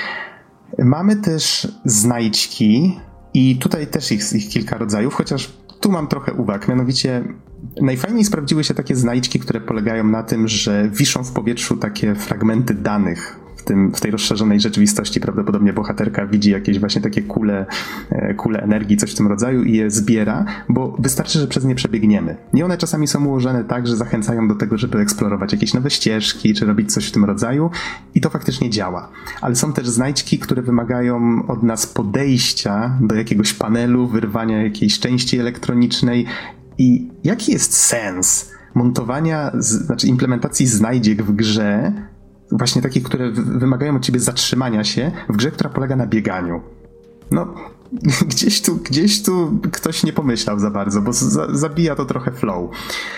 Mamy też znajdźki i tutaj też ich, ich kilka rodzajów, chociaż tu mam trochę uwag, mianowicie najfajniej sprawdziły się takie znajdźki, które polegają na tym, że wiszą w powietrzu takie fragmenty danych. W, tym, w tej rozszerzonej rzeczywistości prawdopodobnie bohaterka widzi jakieś właśnie takie kule, kule energii, coś w tym rodzaju i je zbiera, bo wystarczy, że przez nie przebiegniemy. I one czasami są ułożone tak, że zachęcają do tego, żeby eksplorować jakieś nowe ścieżki, czy robić coś w tym rodzaju i to faktycznie działa. Ale są też znajdźki, które wymagają od nas podejścia do jakiegoś panelu, wyrwania jakiejś części elektronicznej i jaki jest sens montowania, znaczy implementacji znajdziek w grze, właśnie takich, które wymagają od ciebie zatrzymania się w grze, która polega na bieganiu. No, gdzieś tu, gdzieś tu ktoś nie pomyślał za bardzo, bo za, zabija to trochę flow.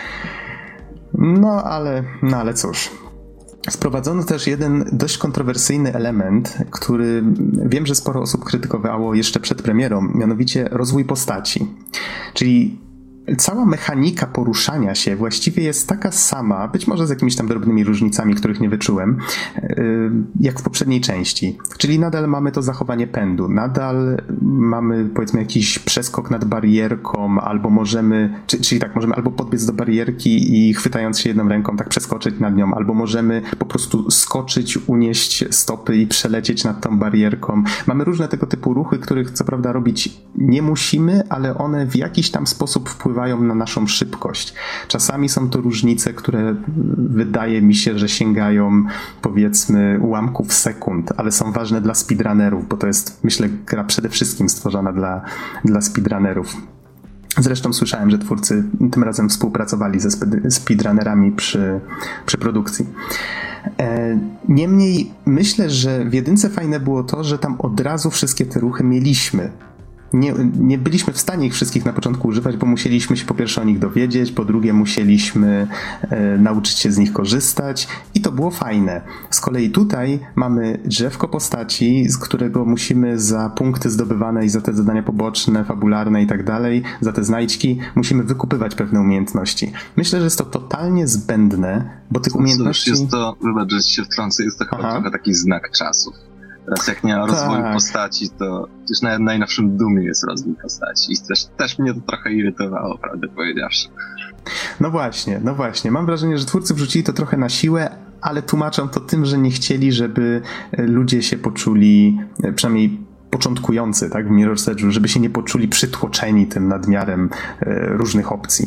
No, ale, no ale cóż. Wprowadzono też jeden dość kontrowersyjny element, który wiem, że sporo osób krytykowało jeszcze przed premierą, mianowicie rozwój postaci. Czyli cała mechanika poruszania się właściwie jest taka sama, być może z jakimiś tam drobnymi różnicami, których nie wyczułem, jak w poprzedniej części. Czyli nadal mamy to zachowanie pędu, nadal mamy powiedzmy jakiś przeskok nad barierką, albo możemy, czyli tak, możemy albo podbiec do barierki i chwytając się jedną ręką tak przeskoczyć nad nią, albo możemy po prostu skoczyć, unieść stopy i przelecieć nad tą barierką. Mamy różne tego typu ruchy, których co prawda robić nie musimy, ale one w jakiś tam sposób wpływają na naszą szybkość. Czasami są to różnice, które wydaje mi się, że sięgają powiedzmy ułamków sekund, ale są ważne dla speedrunnerów, bo to jest, myślę, gra przede wszystkim stworzona dla, dla speedrunnerów. Zresztą słyszałem, że twórcy tym razem współpracowali ze speedrunnerami przy, przy produkcji. Niemniej myślę, że w jedynce fajne było to, że tam od razu wszystkie te ruchy mieliśmy. Nie, nie byliśmy w stanie ich wszystkich na początku używać, bo musieliśmy się po pierwsze o nich dowiedzieć, po drugie musieliśmy e, nauczyć się z nich korzystać i to było fajne. Z kolei tutaj mamy drzewko postaci, z którego musimy za punkty zdobywane i za te zadania poboczne, fabularne i tak dalej, za te znajdźki, musimy wykupywać pewne umiejętności. Myślę, że jest to totalnie zbędne, bo tych umiejętności... Jest to, wybacz, że się wtrącę, jest to chyba trochę taki znak czasów. Teraz jak nie ma rozwoju tak. postaci, to już na najnowszym Doomie jest rozwój postaci. I też, też mnie to trochę irytowało, prawdę powiedziawszy. No właśnie, no właśnie. Mam wrażenie, że twórcy wrzucili to trochę na siłę, ale tłumaczą to tym, że nie chcieli, żeby ludzie się poczuli, przynajmniej początkujący, tak, w Mirror's Edge'u, żeby się nie poczuli przytłoczeni tym nadmiarem różnych opcji.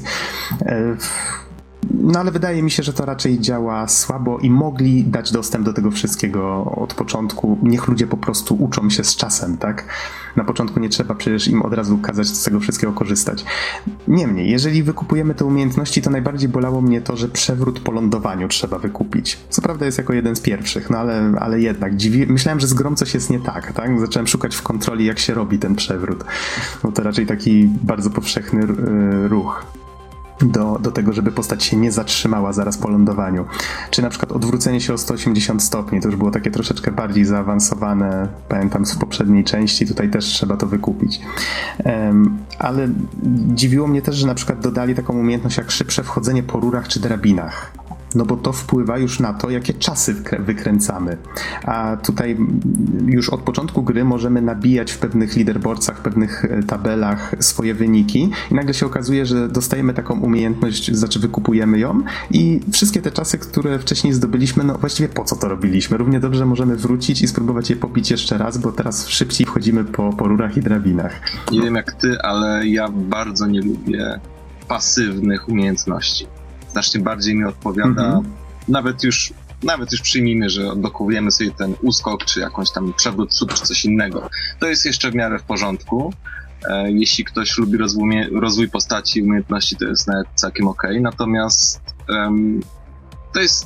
No ale wydaje mi się, że to raczej działa słabo i mogli dać dostęp do tego wszystkiego od początku. Niech ludzie po prostu uczą się z czasem, tak? Na początku nie trzeba przecież im od razu kazać z tego wszystkiego korzystać. Niemniej, jeżeli wykupujemy te umiejętności, to najbardziej bolało mnie to, że przewrót po lądowaniu trzeba wykupić. Co prawda jest jako jeden z pierwszych, no ale, ale jednak. Dziwi... Myślałem, że z grą coś jest nie tak, tak? Zacząłem szukać w kontroli, jak się robi ten przewrót. No to raczej taki bardzo powszechny yy, ruch. Do, do tego, żeby postać się nie zatrzymała zaraz po lądowaniu. Czy na przykład odwrócenie się o sto osiemdziesiąt stopni, to już było takie troszeczkę bardziej zaawansowane, pamiętam z poprzedniej części, tutaj też trzeba to wykupić. Um, ale dziwiło mnie też, że na przykład dodali taką umiejętność jak szybsze wchodzenie po rurach czy drabinach. No bo to wpływa już na to, jakie czasy wykręcamy. A tutaj już od początku gry możemy nabijać w pewnych leaderboardsach, w pewnych tabelach swoje wyniki i nagle się okazuje, że dostajemy taką umiejętność, znaczy wykupujemy ją i wszystkie te czasy, które wcześniej zdobyliśmy, no właściwie po co to robiliśmy? Równie dobrze możemy wrócić i spróbować je popić jeszcze raz, bo teraz szybciej wchodzimy po, po rurach i drabinach. Nie wiem jak ty, ale ja bardzo nie lubię pasywnych umiejętności. Znacznie bardziej mi odpowiada, mm-hmm. nawet już nawet już przyjmijmy, że odblokowujemy sobie ten uskok, czy jakąś tam przewrót przód, czy coś innego. To jest jeszcze w miarę w porządku. E, jeśli ktoś lubi rozwój, rozwój postaci i umiejętności, to jest nawet całkiem okej. Okay. Natomiast um, to jest...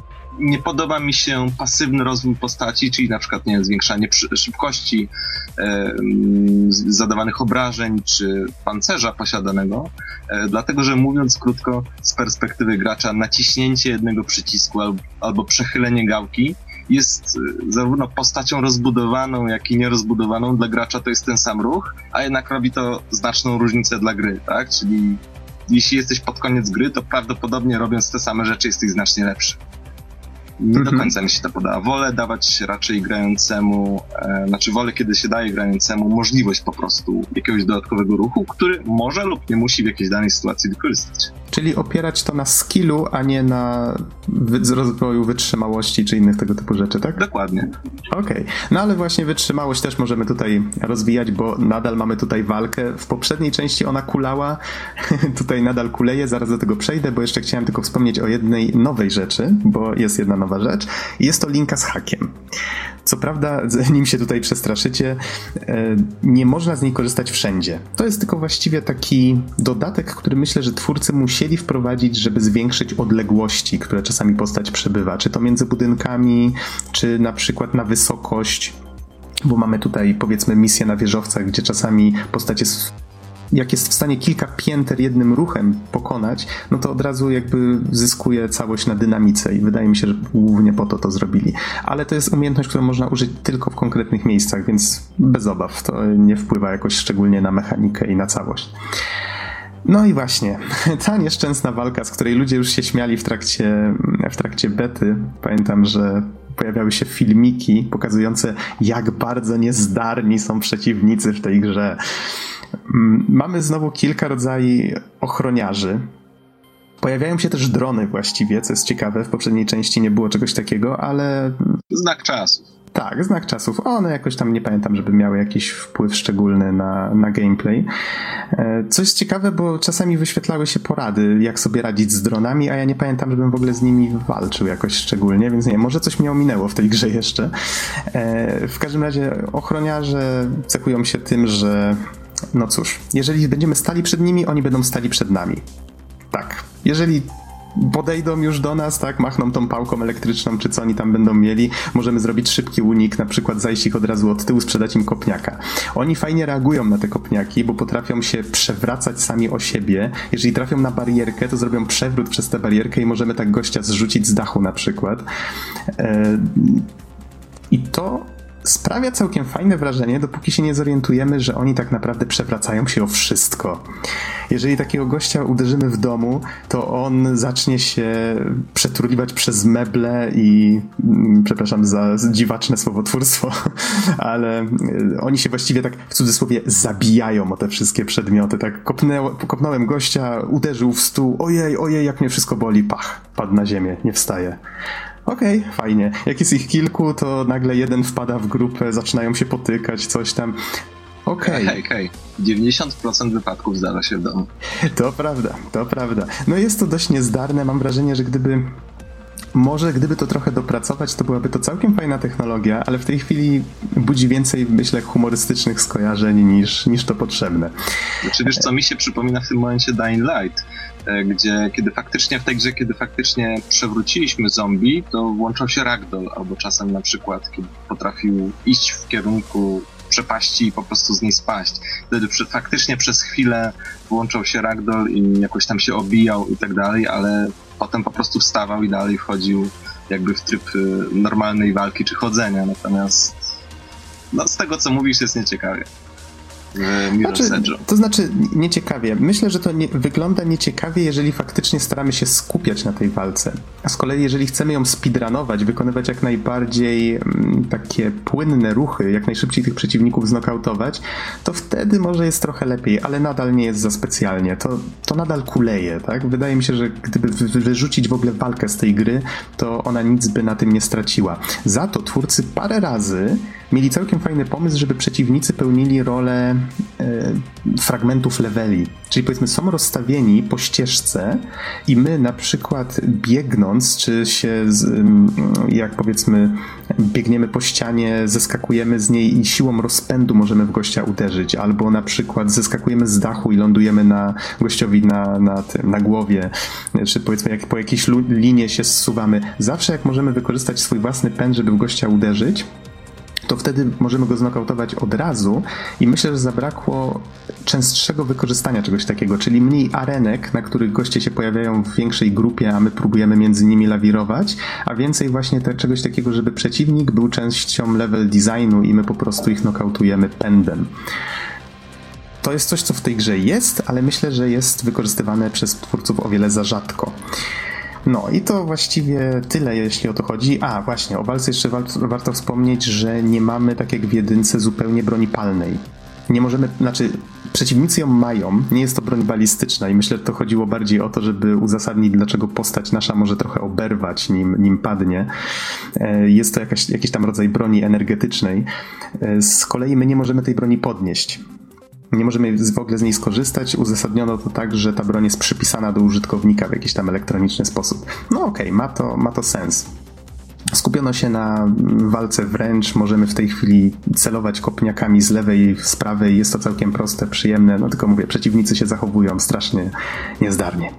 Nie podoba mi się pasywny rozwój postaci, czyli na przykład nie wiem, zwiększanie szybkości e, zadawanych obrażeń czy pancerza posiadanego, e, dlatego że mówiąc krótko, z perspektywy gracza naciśnięcie jednego przycisku albo, albo przechylenie gałki jest zarówno postacią rozbudowaną, jak i nierozbudowaną. Dla gracza to jest ten sam ruch, a jednak robi to znaczną różnicę dla gry, tak? Czyli jeśli jesteś pod koniec gry, to prawdopodobnie robiąc te same rzeczy jesteś znacznie lepszy. nie do końca mi się to podoba. Wolę dawać raczej grającemu, e, znaczy wolę, kiedy się daje grającemu możliwość po prostu jakiegoś dodatkowego ruchu, który może lub nie musi w jakiejś danej sytuacji wykorzystać. Czyli opierać to na skillu, a nie na wy- rozwoju wytrzymałości czy innych tego typu rzeczy, tak? Dokładnie. Okej. Okay. No ale właśnie wytrzymałość też możemy tutaj rozwijać, bo nadal mamy tutaj walkę. W poprzedniej części ona kulała, tutaj nadal kuleje, zaraz do tego przejdę, bo jeszcze chciałem tylko wspomnieć o jednej nowej rzeczy, bo jest jedna nowa rzecz. Jest to linka z hakiem. Co prawda, nim się tutaj przestraszycie, nie można z niej korzystać wszędzie. To jest tylko właściwie taki dodatek, który myślę, że twórcy musieli wprowadzić, żeby zwiększyć odległości, które czasami postać przebywa. Czy to między budynkami, czy na przykład na wysokość, bo mamy tutaj powiedzmy misję na wieżowcach, gdzie czasami postać jest... jak jest w stanie kilka pięter jednym ruchem pokonać, no to od razu jakby zyskuje całość na dynamice i wydaje mi się, że głównie po to to zrobili. Ale to jest umiejętność, którą można użyć tylko w konkretnych miejscach, więc bez obaw. To nie wpływa jakoś szczególnie na mechanikę i na całość. No i właśnie, ta nieszczęsna walka, z której ludzie już się śmiali w trakcie, w trakcie bety. Pamiętam, że pojawiały się filmiki pokazujące, jak bardzo niezdarni są przeciwnicy w tej grze. Mamy znowu kilka rodzajów ochroniarzy. Pojawiają się też drony właściwie, co jest ciekawe. W poprzedniej części nie było czegoś takiego, ale... Znak czasów. Tak, znak czasów. One jakoś tam nie pamiętam, żeby miały jakiś wpływ szczególny na, na gameplay. Co jest ciekawe, bo czasami wyświetlały się porady, jak sobie radzić z dronami, a ja nie pamiętam, żebym w ogóle z nimi walczył jakoś szczególnie, więc nie wiem, może coś mnie ominęło w tej grze jeszcze. W każdym razie ochroniarze cechują się tym, że no cóż, jeżeli będziemy stali przed nimi, oni będą stali przed nami. Tak. Jeżeli podejdą już do nas, tak, machną tą pałką elektryczną, czy co oni tam będą mieli, możemy zrobić szybki unik, na przykład zajść ich od razu od tyłu, sprzedać im kopniaka. Oni fajnie reagują na te kopniaki, bo potrafią się przewracać sami o siebie. Jeżeli trafią na barierkę, to zrobią przewrót przez tę barierkę i możemy tak gościa zrzucić z dachu na przykład. I to sprawia całkiem fajne wrażenie, dopóki się nie zorientujemy, że oni tak naprawdę przewracają się o wszystko. Jeżeli takiego gościa uderzymy w domu, to on zacznie się przeturliwać przez meble i przepraszam za dziwaczne słowotwórstwo, ale oni się właściwie tak w cudzysłowie zabijają o te wszystkie przedmioty. Tak kopnę, kopnąłem gościa, uderzył w stół, ojej, ojej, jak mnie wszystko boli, pach, padł na ziemię, nie wstaje. Okej, okay, fajnie. Jak jest ich kilku, to nagle jeden wpada w grupę, zaczynają się potykać, coś tam. Okej. Okay. Hej, hej. dziewięćdziesiąt procent wypadków zdarza się w domu. To prawda, to prawda. No jest to dość niezdarne. Mam wrażenie, że gdyby... Może gdyby to trochę dopracować, to byłaby to całkiem fajna technologia, ale w tej chwili budzi więcej, myślę, humorystycznych skojarzeń niż, niż to potrzebne. Znaczy, wiesz co, mi się przypomina w tym momencie Dying Light, gdzie kiedy faktycznie w tej grze, kiedy faktycznie przewróciliśmy zombie, to włączał się ragdoll, albo czasem na przykład, kiedy potrafił iść w kierunku przepaści i po prostu z niej spaść. Wtedy przy, faktycznie przez chwilę włączał się ragdoll i jakoś tam się obijał i tak dalej, ale potem po prostu wstawał i dalej wchodził jakby w tryb normalnej walki czy chodzenia. Natomiast no, z tego, co mówisz, jest nieciekawie. Znaczy, to znaczy nieciekawie. Myślę, że to nie, wygląda nieciekawie, jeżeli faktycznie staramy się skupiać na tej walce. A z kolei jeżeli chcemy ją speedrunować, wykonywać jak najbardziej m, takie płynne ruchy, jak najszybciej tych przeciwników znokautować, to wtedy może jest trochę lepiej, ale nadal nie jest za specjalnie. To, to nadal kuleje, tak? Wydaje mi się, że gdyby wy, wyrzucić w ogóle walkę z tej gry, to ona nic by na tym nie straciła. Za to twórcy parę razy mieli całkiem fajny pomysł, żeby przeciwnicy pełnili rolę e, fragmentów leveli. Czyli powiedzmy są rozstawieni po ścieżce i my na przykład biegnąc, czy się z, jak powiedzmy biegniemy po ścianie, zeskakujemy z niej i siłą rozpędu możemy w gościa uderzyć, albo na przykład zeskakujemy z dachu i lądujemy na gościowi na, na, tym, na głowie, czy powiedzmy jak po jakiejś linie się zsuwamy. Zawsze jak możemy wykorzystać swój własny pęd, żeby w gościa uderzyć, to wtedy możemy go znokautować od razu i myślę, że zabrakło częstszego wykorzystania czegoś takiego, czyli mniej arenek, na których goście się pojawiają w większej grupie, a my próbujemy między nimi lawirować, a więcej właśnie te, czegoś takiego, żeby przeciwnik był częścią level designu i my po prostu ich nokautujemy pędem. To jest coś, co w tej grze jest, ale myślę, że jest wykorzystywane przez twórców o wiele za rzadko. No i to właściwie tyle, jeśli o to chodzi. A, właśnie, o walce jeszcze warto, warto wspomnieć, że nie mamy, tak jak w jedynce, zupełnie broni palnej. Nie możemy, znaczy przeciwnicy ją mają, nie jest to broń balistyczna i myślę, że to chodziło bardziej o to, żeby uzasadnić, dlaczego postać nasza może trochę oberwać, nim, nim padnie. Jest to jakaś, jakiś tam rodzaj broni energetycznej. Z kolei my nie możemy tej broni podnieść. Nie możemy w ogóle z niej skorzystać. Uzasadniono to tak, że ta broń jest przypisana do użytkownika w jakiś tam elektroniczny sposób. No okej, okay, ma to, ma to sens. Skupiono się na walce wręcz, możemy w tej chwili celować kopniakami z lewej, z prawej, jest to całkiem proste, przyjemne, no tylko mówię, przeciwnicy się zachowują strasznie niezdarnie.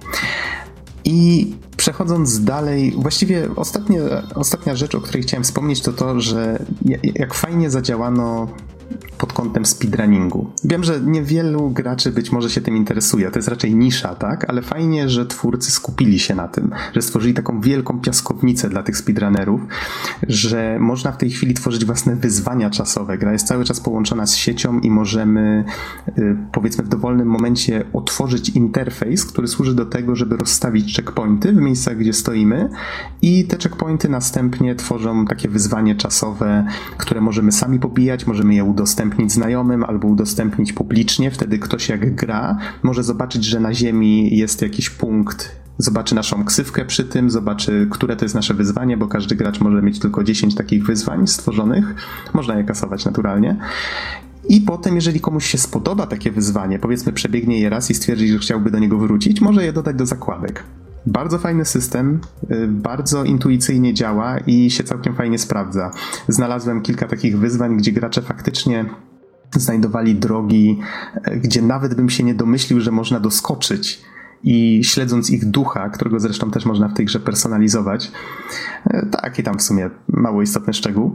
I przechodząc dalej, właściwie ostatnie, ostatnia rzecz, o której chciałem wspomnieć, to to, że jak fajnie zadziałano pod kątem speedrunningu. Wiem, że niewielu graczy być może się tym interesuje, to jest raczej nisza, tak? Ale fajnie, że twórcy skupili się na tym, że stworzyli taką wielką piaskownicę dla tych speedrunnerów, że można w tej chwili tworzyć własne wyzwania czasowe. Gra jest cały czas połączona z siecią i możemy, powiedzmy, w dowolnym momencie otworzyć interfejs, który służy do tego, żeby rozstawić checkpointy w miejscach, gdzie stoimy, i te checkpointy następnie tworzą takie wyzwanie czasowe, które możemy sami pobijać, możemy je udostępnić znajomym albo udostępnić publicznie. Wtedy ktoś, jak gra, może zobaczyć, że na ziemi jest jakiś punkt, zobaczy naszą ksywkę przy tym, zobaczy, które to jest nasze wyzwanie, bo każdy gracz może mieć tylko dziesięć takich wyzwań stworzonych. Można je kasować naturalnie. I potem, jeżeli komuś się spodoba takie wyzwanie, powiedzmy przebiegnie je raz i stwierdzi, że chciałby do niego wrócić, może je dodać do zakładek. Bardzo fajny system, bardzo intuicyjnie działa i się całkiem fajnie sprawdza. Znalazłem kilka takich wyzwań, gdzie gracze faktycznie znajdowali drogi, gdzie nawet bym się nie domyślił, że można doskoczyć. I śledząc ich ducha, którego zresztą też można w tej grze personalizować, taki tam w sumie mało istotny szczegół,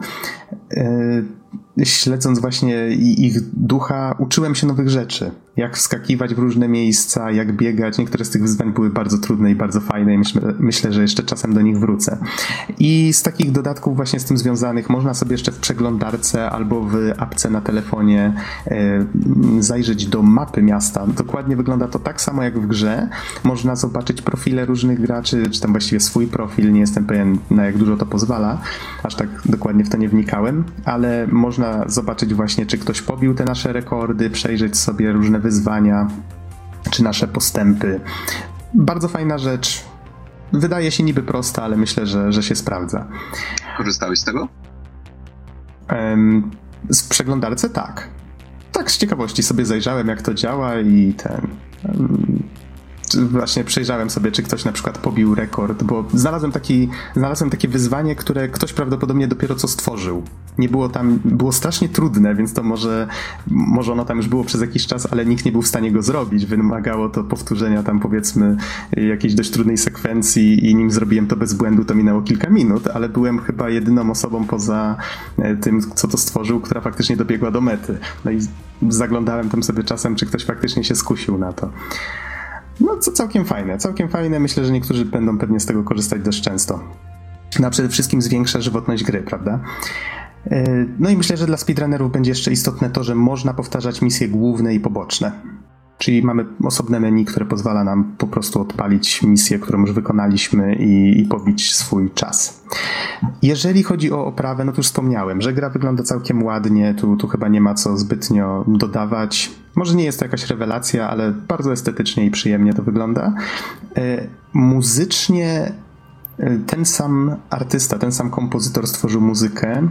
śledząc właśnie ich ducha, uczyłem się nowych rzeczy. Jak wskakiwać w różne miejsca, jak biegać. Niektóre z tych wyzwań były bardzo trudne i bardzo fajne i myślę, myślę, że jeszcze czasem do nich wrócę. I z takich dodatków właśnie z tym związanych można sobie jeszcze w przeglądarce albo w apce na telefonie e, zajrzeć do mapy miasta. Dokładnie wygląda to tak samo jak w grze. Można zobaczyć profile różnych graczy, czy tam właściwie swój profil. Nie jestem pewien, na jak dużo to pozwala. Aż tak dokładnie w to nie wnikałem, ale można zobaczyć właśnie, czy ktoś pobił te nasze rekordy, przejrzeć sobie różne wyzwania, czy nasze postępy. Bardzo fajna rzecz. Wydaje się niby prosta, ale myślę, że, że się sprawdza. Korzystałeś z tego? Um, z przeglądarce tak. Tak, z ciekawości sobie zajrzałem, jak to działa i ten... Um, właśnie przejrzałem sobie, czy ktoś na przykład pobił rekord, bo znalazłem, taki, znalazłem takie wyzwanie, które ktoś prawdopodobnie dopiero co stworzył. Nie było tam, było strasznie trudne, więc to może, może ono tam już było przez jakiś czas, ale nikt nie był w stanie go zrobić. Wymagało to powtórzenia tam, powiedzmy, jakiejś dość trudnej sekwencji i nim zrobiłem to bez błędu, to minęło kilka minut, ale byłem chyba jedyną osobą poza tym, co to stworzył, która faktycznie dobiegła do mety. No i zaglądałem tam sobie czasem, czy ktoś faktycznie się skusił na to. No, co całkiem fajne, całkiem fajne. Myślę, że niektórzy będą pewnie z tego korzystać dość często. No, a przede wszystkim zwiększa żywotność gry, prawda? No i myślę, że dla speedrunnerów będzie jeszcze istotne to, że można powtarzać misje główne i poboczne. Czyli mamy osobne menu, które pozwala nam po prostu odpalić misję, którą już wykonaliśmy i, i pobić swój czas. Jeżeli chodzi o oprawę, no to już wspomniałem, że gra wygląda całkiem ładnie, tu, tu chyba nie ma co zbytnio dodawać. Może nie jest to jakaś rewelacja, ale bardzo estetycznie i przyjemnie to wygląda. Muzycznie ten sam artysta, ten sam kompozytor stworzył muzykę.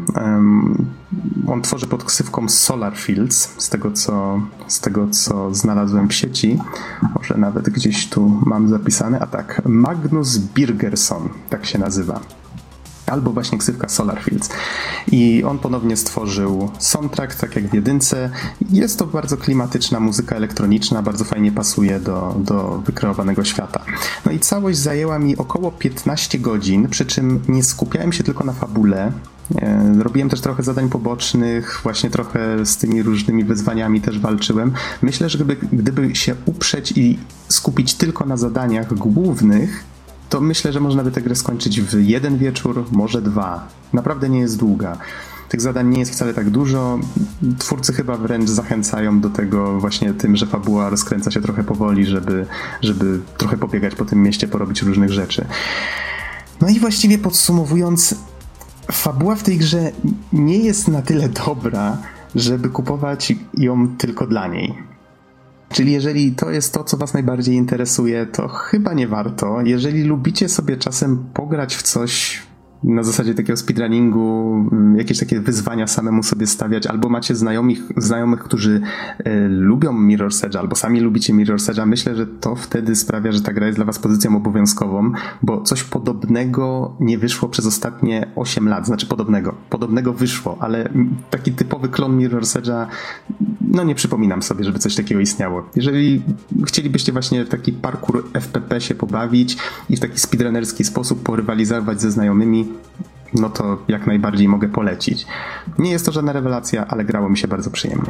On tworzy pod ksywką Solar Fields, z tego co, z tego co znalazłem w sieci. Może nawet gdzieś tu mam zapisane. A tak, Magnus Birgersson, tak się nazywa. Albo właśnie ksywka Solar Fields. I on ponownie stworzył soundtrack, tak jak w jedynce. Jest to bardzo klimatyczna muzyka elektroniczna, bardzo fajnie pasuje do, do wykreowanego świata. No i całość zajęła mi około piętnaście godzin, przy czym nie skupiałem się tylko na fabule. Robiłem też trochę zadań pobocznych, właśnie trochę z tymi różnymi wyzwaniami też walczyłem. Myślę, że gdyby, gdyby się uprzeć i skupić tylko na zadaniach głównych, to myślę, że można by tę grę skończyć w jeden wieczór, może dwa. Naprawdę nie jest długa. Tych zadań nie jest wcale tak dużo. Twórcy chyba wręcz zachęcają do tego właśnie tym, że fabuła rozkręca się trochę powoli, żeby, żeby trochę pobiegać po tym mieście, porobić różnych rzeczy. No i właściwie podsumowując, fabuła w tej grze nie jest na tyle dobra, żeby kupować ją tylko dla niej. Czyli jeżeli to jest to, co was najbardziej interesuje, to chyba nie warto. Jeżeli lubicie sobie czasem pograć w coś na zasadzie takiego speedrunningu, jakieś takie wyzwania samemu sobie stawiać, albo macie znajomych, znajomych którzy e, lubią Mirror's Edge, albo sami lubicie Mirror's Edge'a, myślę, że to wtedy sprawia, że ta gra jest dla was pozycją obowiązkową, bo coś podobnego nie wyszło przez ostatnie osiem lat, znaczy podobnego, podobnego wyszło, ale taki typowy klon Mirror's Edge'a, no nie przypominam sobie, żeby coś takiego istniało. Jeżeli chcielibyście właśnie w taki parkour F P P się pobawić i w taki speedrunnerski sposób porywalizować ze znajomymi, no to jak najbardziej mogę polecić. Nie jest to żadna rewelacja, ale grało mi się bardzo przyjemnie.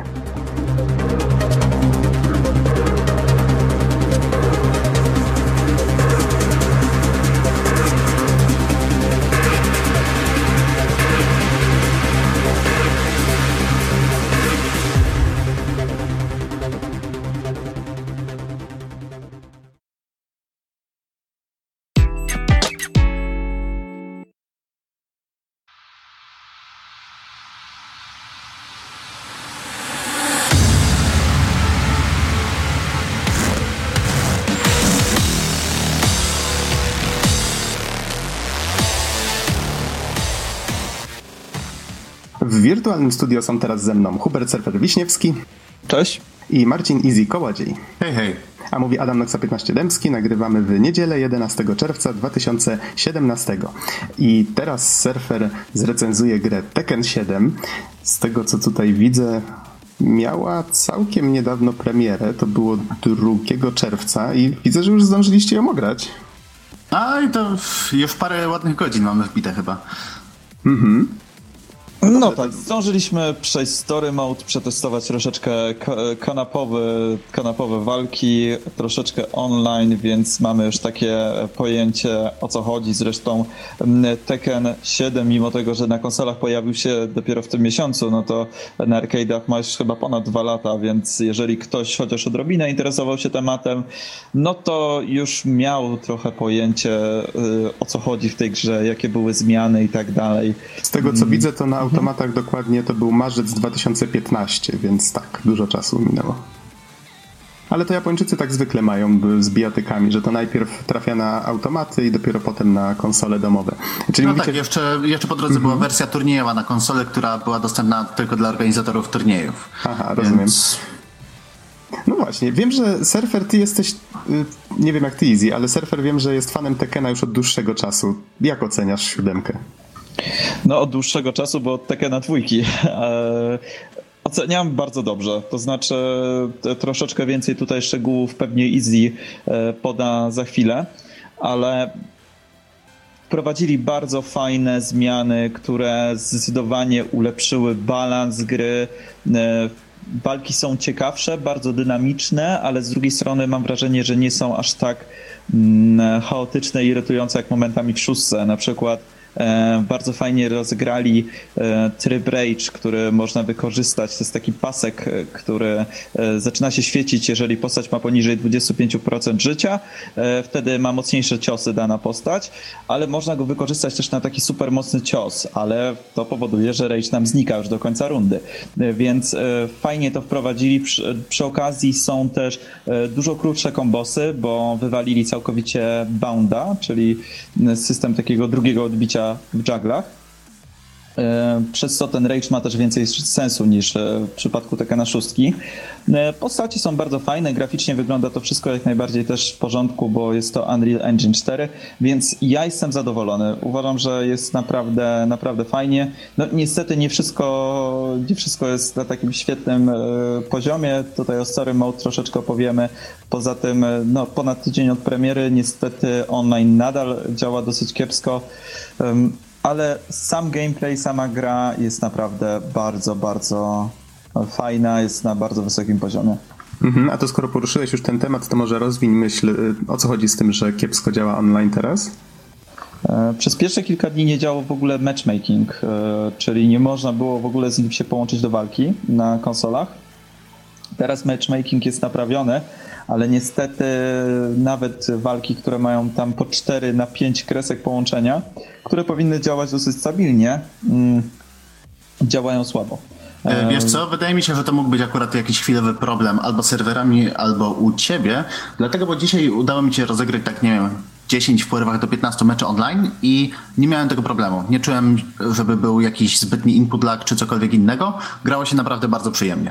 W wirtualnym studio są teraz ze mną Hubert Surfer Wiśniewski. Cześć. I Marcin Easy Kołodziej. Hej, hej. A mówi Adam Noxa piętnaście Dębski. Nagrywamy w niedzielę jedenastego czerwca dwa tysiące siedemnastego. I teraz Surfer zrecenzuje grę Tekken siedem. Z tego, co tutaj widzę, miała całkiem niedawno premierę. To było drugiego czerwca i widzę, że już zdążyliście ją ograć. A i to już parę ładnych godzin mamy wbite chyba. Mhm. No tak, zdążyliśmy przejść story mode, przetestować troszeczkę kanapowe, kanapowe walki, troszeczkę online, więc mamy już takie pojęcie, o co chodzi. Zresztą Tekken siedem, mimo tego, że na konsolach pojawił się dopiero w tym miesiącu, no to na arcade'ach ma już chyba ponad dwa lata, więc jeżeli ktoś chociaż odrobinę interesował się tematem, no to już miał trochę pojęcie, o co chodzi w tej grze, jakie były zmiany i tak dalej. Z tego, co widzę, to na automatach dokładnie to był marzec dwa tysiące piętnasty, więc tak, dużo czasu minęło. Ale to Japończycy tak zwykle mają z bijatykami, że to najpierw trafia na automaty i dopiero potem na konsole domowe. Czyli no mówicie... tak, jeszcze, jeszcze po drodze mm-hmm. była wersja turniejowa na konsolę, która była dostępna tylko dla organizatorów turniejów. Aha, rozumiem. Więc... No właśnie, wiem, że Surfer, ty jesteś, nie wiem jak ty Easy, ale Surfer wiem, że jest fanem Tekkena już od dłuższego czasu. Jak oceniasz siódemkę? No od dłuższego czasu, bo od Tekkena dwójki. Oceniam bardzo dobrze, to znaczy troszeczkę więcej tutaj szczegółów pewnie Easy poda za chwilę, ale wprowadzili bardzo fajne zmiany, które zdecydowanie ulepszyły balans gry. Walki są ciekawsze, bardzo dynamiczne, ale z drugiej strony mam wrażenie, że nie są aż tak chaotyczne i irytujące jak momentami w szóstce. Na przykład E, bardzo fajnie rozegrali e, tryb Rage, który można wykorzystać. To jest taki pasek, który e, zaczyna się świecić, jeżeli postać ma poniżej dwadzieścia pięć procent życia. E, wtedy ma mocniejsze ciosy dana postać, ale można go wykorzystać też na taki super mocny cios, ale to powoduje, że Rage nam znika już do końca rundy. E, więc e, fajnie to wprowadzili. Przy, przy okazji są też e, dużo krótsze kombosy, bo wywalili całkowicie Bounda, czyli system takiego drugiego odbicia w jugglach, przez co ten Rage ma też więcej sensu niż w przypadku Tekkena szóstki. Postaci są bardzo fajne, graficznie wygląda to wszystko jak najbardziej też w porządku, bo jest to Unreal Engine cztery, więc ja jestem zadowolony. Uważam, że jest naprawdę, naprawdę fajnie. No niestety nie wszystko, nie wszystko jest na takim świetnym poziomie. Tutaj o story mode troszeczkę opowiemy. Poza tym no, ponad tydzień od premiery niestety online nadal działa dosyć kiepsko. Ale sam gameplay, sama gra jest naprawdę bardzo, bardzo fajna, jest na bardzo wysokim poziomie. Mhm, a to skoro poruszyłeś już ten temat, to może rozwiń myśl, o co chodzi z tym, że kiepsko działa online teraz? Przez pierwsze kilka dni nie działał w ogóle matchmaking, czyli nie można było w ogóle z nim się połączyć do walki na konsolach. Teraz matchmaking jest naprawiony, ale niestety nawet walki, które mają tam po cztery na pięć kresek połączenia, które powinny działać dosyć stabilnie, działają słabo. Wiesz co, wydaje mi się, że to mógł być akurat jakiś chwilowy problem albo z serwerami, albo u ciebie, dlatego, bo dzisiaj udało mi się rozegrać tak, nie wiem, dziesięć w porywach do piętnastu meczy online i nie miałem tego problemu. Nie czułem, żeby był jakiś zbytni input lag czy cokolwiek innego. Grało się naprawdę bardzo przyjemnie.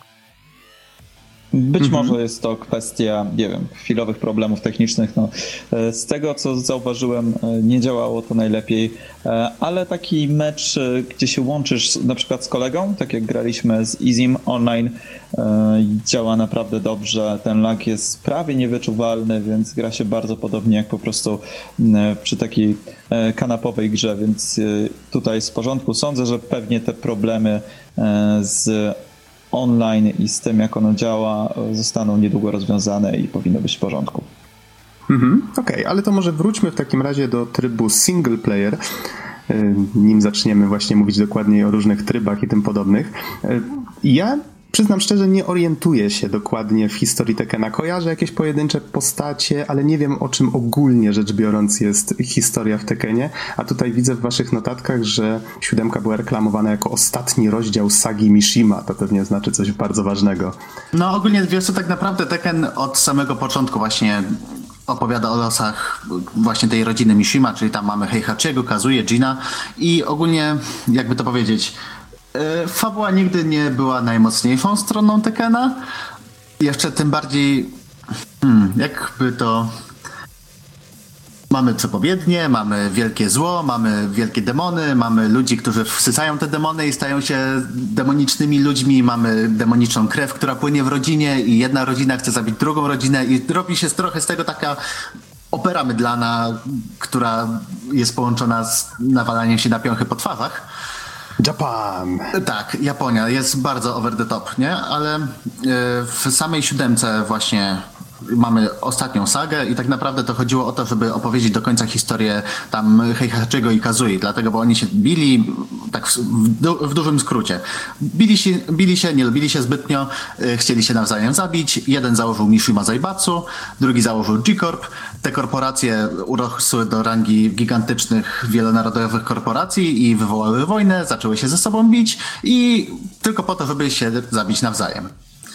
Być mhm. może jest to kwestia, nie wiem, chwilowych problemów technicznych. No, z tego, co zauważyłem, nie działało to najlepiej, ale taki mecz, gdzie się łączysz na przykład z kolegą, tak jak graliśmy z Izim online, działa naprawdę dobrze. Ten lag jest prawie niewyczuwalny, więc gra się bardzo podobnie jak po prostu przy takiej kanapowej grze, więc tutaj jest w porządku. Sądzę, że pewnie te problemy z online i z tym, jak ono działa, zostaną niedługo rozwiązane i powinno być w porządku. Mhm, okej, okay, ale to może wróćmy w takim razie do trybu single player, nim zaczniemy właśnie mówić dokładniej o różnych trybach i tym podobnych. Ja przyznam szczerze, nie orientuję się dokładnie w historii Tekena. Kojarzę jakieś pojedyncze postacie, ale nie wiem, o czym ogólnie rzecz biorąc jest historia w Tekenie. A tutaj widzę w waszych notatkach, że siódemka była reklamowana jako ostatni rozdział sagi Mishima. To pewnie znaczy coś bardzo ważnego. No ogólnie wiesz co, tak naprawdę Tekken od samego początku właśnie opowiada o losach właśnie tej rodziny Mishima, czyli tam mamy Heihachiego, Kazuję, Gina i ogólnie, jakby to powiedzieć, fabuła nigdy nie była najmocniejszą stroną Tekena. Jeszcze tym bardziej, hmm, jakby to... Mamy przepowiednie, mamy wielkie zło, mamy wielkie demony, mamy ludzi, którzy wsysają te demony i stają się demonicznymi ludźmi, mamy demoniczną krew, która płynie w rodzinie i jedna rodzina chce zabić drugą rodzinę i robi się trochę z tego taka opera mydlana, która jest połączona z nawalaniem się na piąchy po twarzach. Japan! Tak, Japonia jest bardzo over the top, nie? Ale w samej siódemce właśnie mamy ostatnią sagę i tak naprawdę to chodziło o to, żeby opowiedzieć do końca historię tam Heihachiego i Kazui, dlatego, bo oni się bili tak w, du- w dużym skrócie. Bili się, bili się, nie lubili się zbytnio, chcieli się nawzajem zabić. Jeden założył Mishima Zaibatsu, drugi założył G-Corp. Te korporacje urosły do rangi gigantycznych, wielonarodowych korporacji i wywołały wojnę, zaczęły się ze sobą bić i tylko po to, żeby się zabić nawzajem.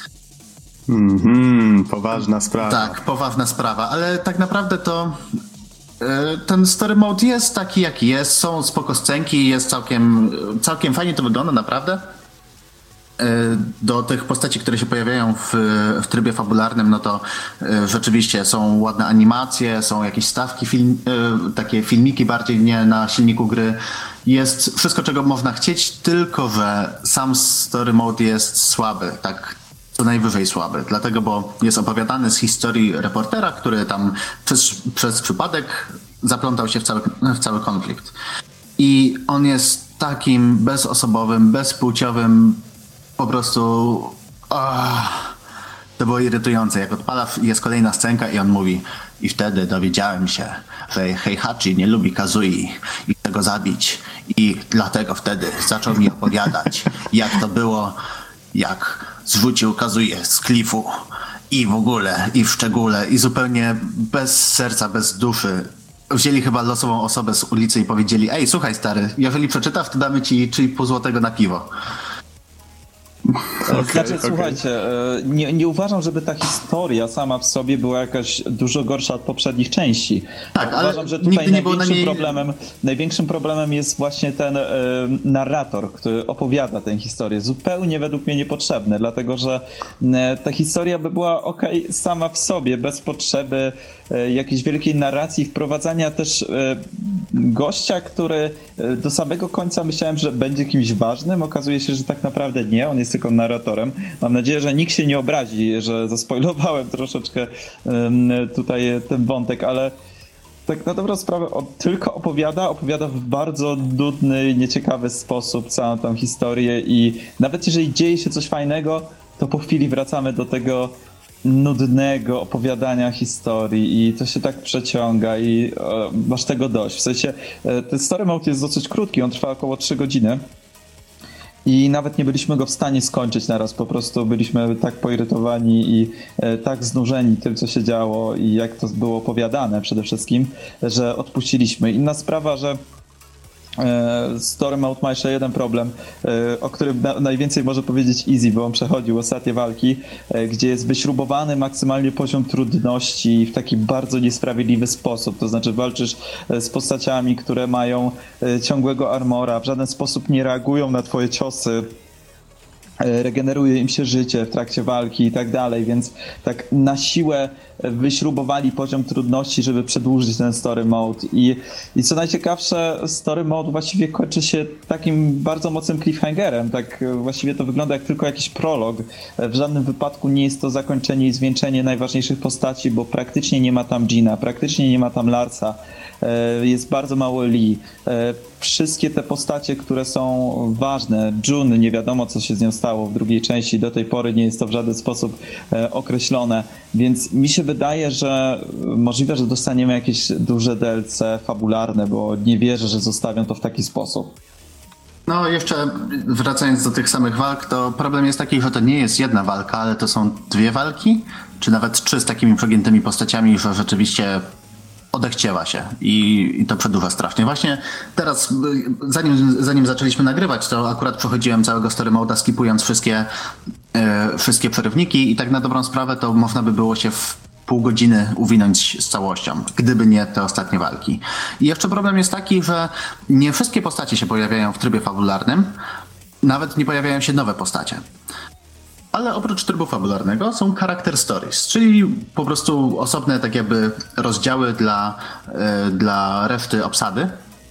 Mhm, poważna sprawa. Tak, poważna sprawa, ale tak naprawdę to yy, ten story mode jest taki jaki jest, są spoko scenki, jest całkiem, całkiem fajnie to wygląda naprawdę. Yy, do tych postaci, które się pojawiają w, w trybie fabularnym, no to yy, rzeczywiście są ładne animacje, są jakieś stawki, film, yy, takie filmiki bardziej nie na silniku gry. Jest wszystko, czego można chcieć, tylko że sam story mode jest słaby, tak co najwyżej słaby, dlatego, bo jest opowiadany z historii reportera, który tam przez, przez przypadek zaplątał się w cały, w cały konflikt. I on jest takim bezosobowym, bezpłciowym, po prostu... Oh, to było irytujące. Jak odpala, jest kolejna scenka i on mówi: i wtedy dowiedziałem się, że Heihachi nie lubi Kazui i chce go zabić. I dlatego wtedy zaczął mi opowiadać, jak to było, jak zrzucił Kazuję z klifu i w ogóle, i w szczególe, i zupełnie bez serca, bez duszy. Wzięli chyba losową osobę z ulicy i powiedzieli: ej, słuchaj stary, jeżeli przeczytasz, to damy ci trzy i pół złotego na piwo. Okay, znaczy, okay. Słuchajcie, nie, nie uważam, żeby ta historia sama w sobie była jakaś dużo gorsza od poprzednich części. Tak, ale uważam, że tutaj nigdy nie było największym, na niej... problemem, największym problemem jest właśnie ten e, narrator, który opowiada tę historię. Zupełnie według mnie niepotrzebny, dlatego że e, ta historia by była okej okay sama w sobie, bez potrzeby e, jakiejś wielkiej narracji, wprowadzania też e, gościa, który e, do samego końca myślałem, że będzie kimś ważnym. Okazuje się, że tak naprawdę nie, on jest tylko narratorem. Mam nadzieję, że nikt się nie obrazi, że zaspoilowałem troszeczkę um, tutaj ten wątek, ale tak na dobrą sprawę on tylko opowiada, opowiada w bardzo nudny, nieciekawy sposób całą tą historię i nawet jeżeli dzieje się coś fajnego, to po chwili wracamy do tego, nudnego opowiadania historii i to się tak przeciąga i e, masz tego dość. W sensie e, ten story mode jest dosyć krótki, on trwa około trzy godziny i nawet nie byliśmy go w stanie skończyć naraz, po prostu byliśmy tak poirytowani i e, tak znużeni tym, co się działo i jak to było opowiadane przede wszystkim, że odpuściliśmy. Inna sprawa, że Story Mode ma jeszcze jeden problem, o którym na, najwięcej może powiedzieć Easy, bo on przechodził ostatnie walki, gdzie jest wyśrubowany maksymalnie poziom trudności w taki bardzo niesprawiedliwy sposób. To znaczy walczysz z postaciami, które mają ciągłego armora, w żaden sposób nie reagują na twoje ciosy, regeneruje im się życie w trakcie walki i tak dalej, więc tak na siłę wyśrubowali poziom trudności, żeby przedłużyć ten story mode i, i co najciekawsze, story mode właściwie kończy się takim bardzo mocnym cliffhangerem, tak właściwie to wygląda jak tylko jakiś prolog, w żadnym wypadku nie jest to zakończenie i zwieńczenie najważniejszych postaci, bo praktycznie nie ma tam Gina, praktycznie nie ma tam Larsa, jest bardzo mało Lee. Wszystkie te postacie, które są ważne, June, nie wiadomo co się z nią stało w drugiej części, do tej pory nie jest to w żaden sposób określone, więc mi się wydaje, że możliwe, że dostaniemy jakieś duże D L C fabularne, bo nie wierzę, że zostawią to w taki sposób. No jeszcze wracając do tych samych walk, to problem jest taki, że to nie jest jedna walka, ale to są dwie walki, czy nawet trzy z takimi przegiętymi postaciami, że rzeczywiście odechciewa się i, i to przedłuża strasznie. Właśnie teraz, zanim, zanim zaczęliśmy nagrywać, to akurat przechodziłem całego story mode'a, skipując wszystkie, e, wszystkie przerywniki i tak na dobrą sprawę to można by było się w pół godziny uwinąć z całością, gdyby nie te ostatnie walki. I jeszcze problem jest taki, że nie wszystkie postacie się pojawiają w trybie fabularnym, nawet nie pojawiają się nowe postacie. Ale oprócz trybu fabularnego są character stories, czyli po prostu osobne tak jakby rozdziały dla, yy, dla reszty obsady.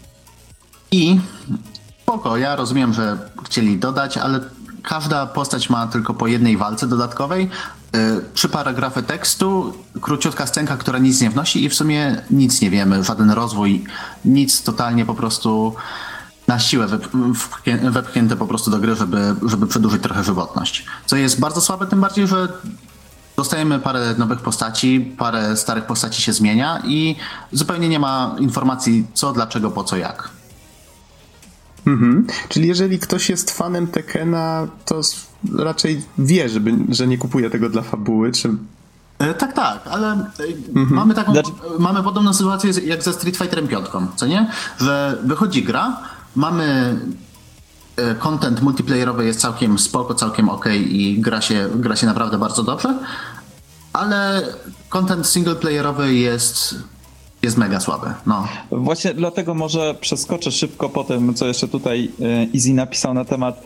I spoko, ja rozumiem, że chcieli dodać, ale każda postać ma tylko po jednej walce dodatkowej, yy, trzy paragrafy tekstu, króciutka scenka, która nic nie wnosi i w sumie nic nie wiemy, żaden rozwój, nic totalnie po prostu na siłę wepchnięte po prostu do gry, żeby, żeby przedłużyć trochę żywotność. Co jest bardzo słabe, tym bardziej, że dostajemy parę nowych postaci, parę starych postaci się zmienia i zupełnie nie ma informacji co, dlaczego, po co, jak. Mhm. Czyli jeżeli ktoś jest fanem Tekena, to raczej wie, żeby, że nie kupuje tego dla fabuły, czy... Tak, tak, ale mhm. mamy taką, znaczy... mamy podobną sytuację jak ze Street Fighterem pięć, co nie? Że wychodzi gra, mamy content multiplayerowy, jest całkiem spoko, całkiem okej i gra się, gra się naprawdę bardzo dobrze, ale content singleplayerowy jest, jest mega słaby. No. Właśnie dlatego może przeskoczę szybko po tym, co jeszcze tutaj Easy napisał na temat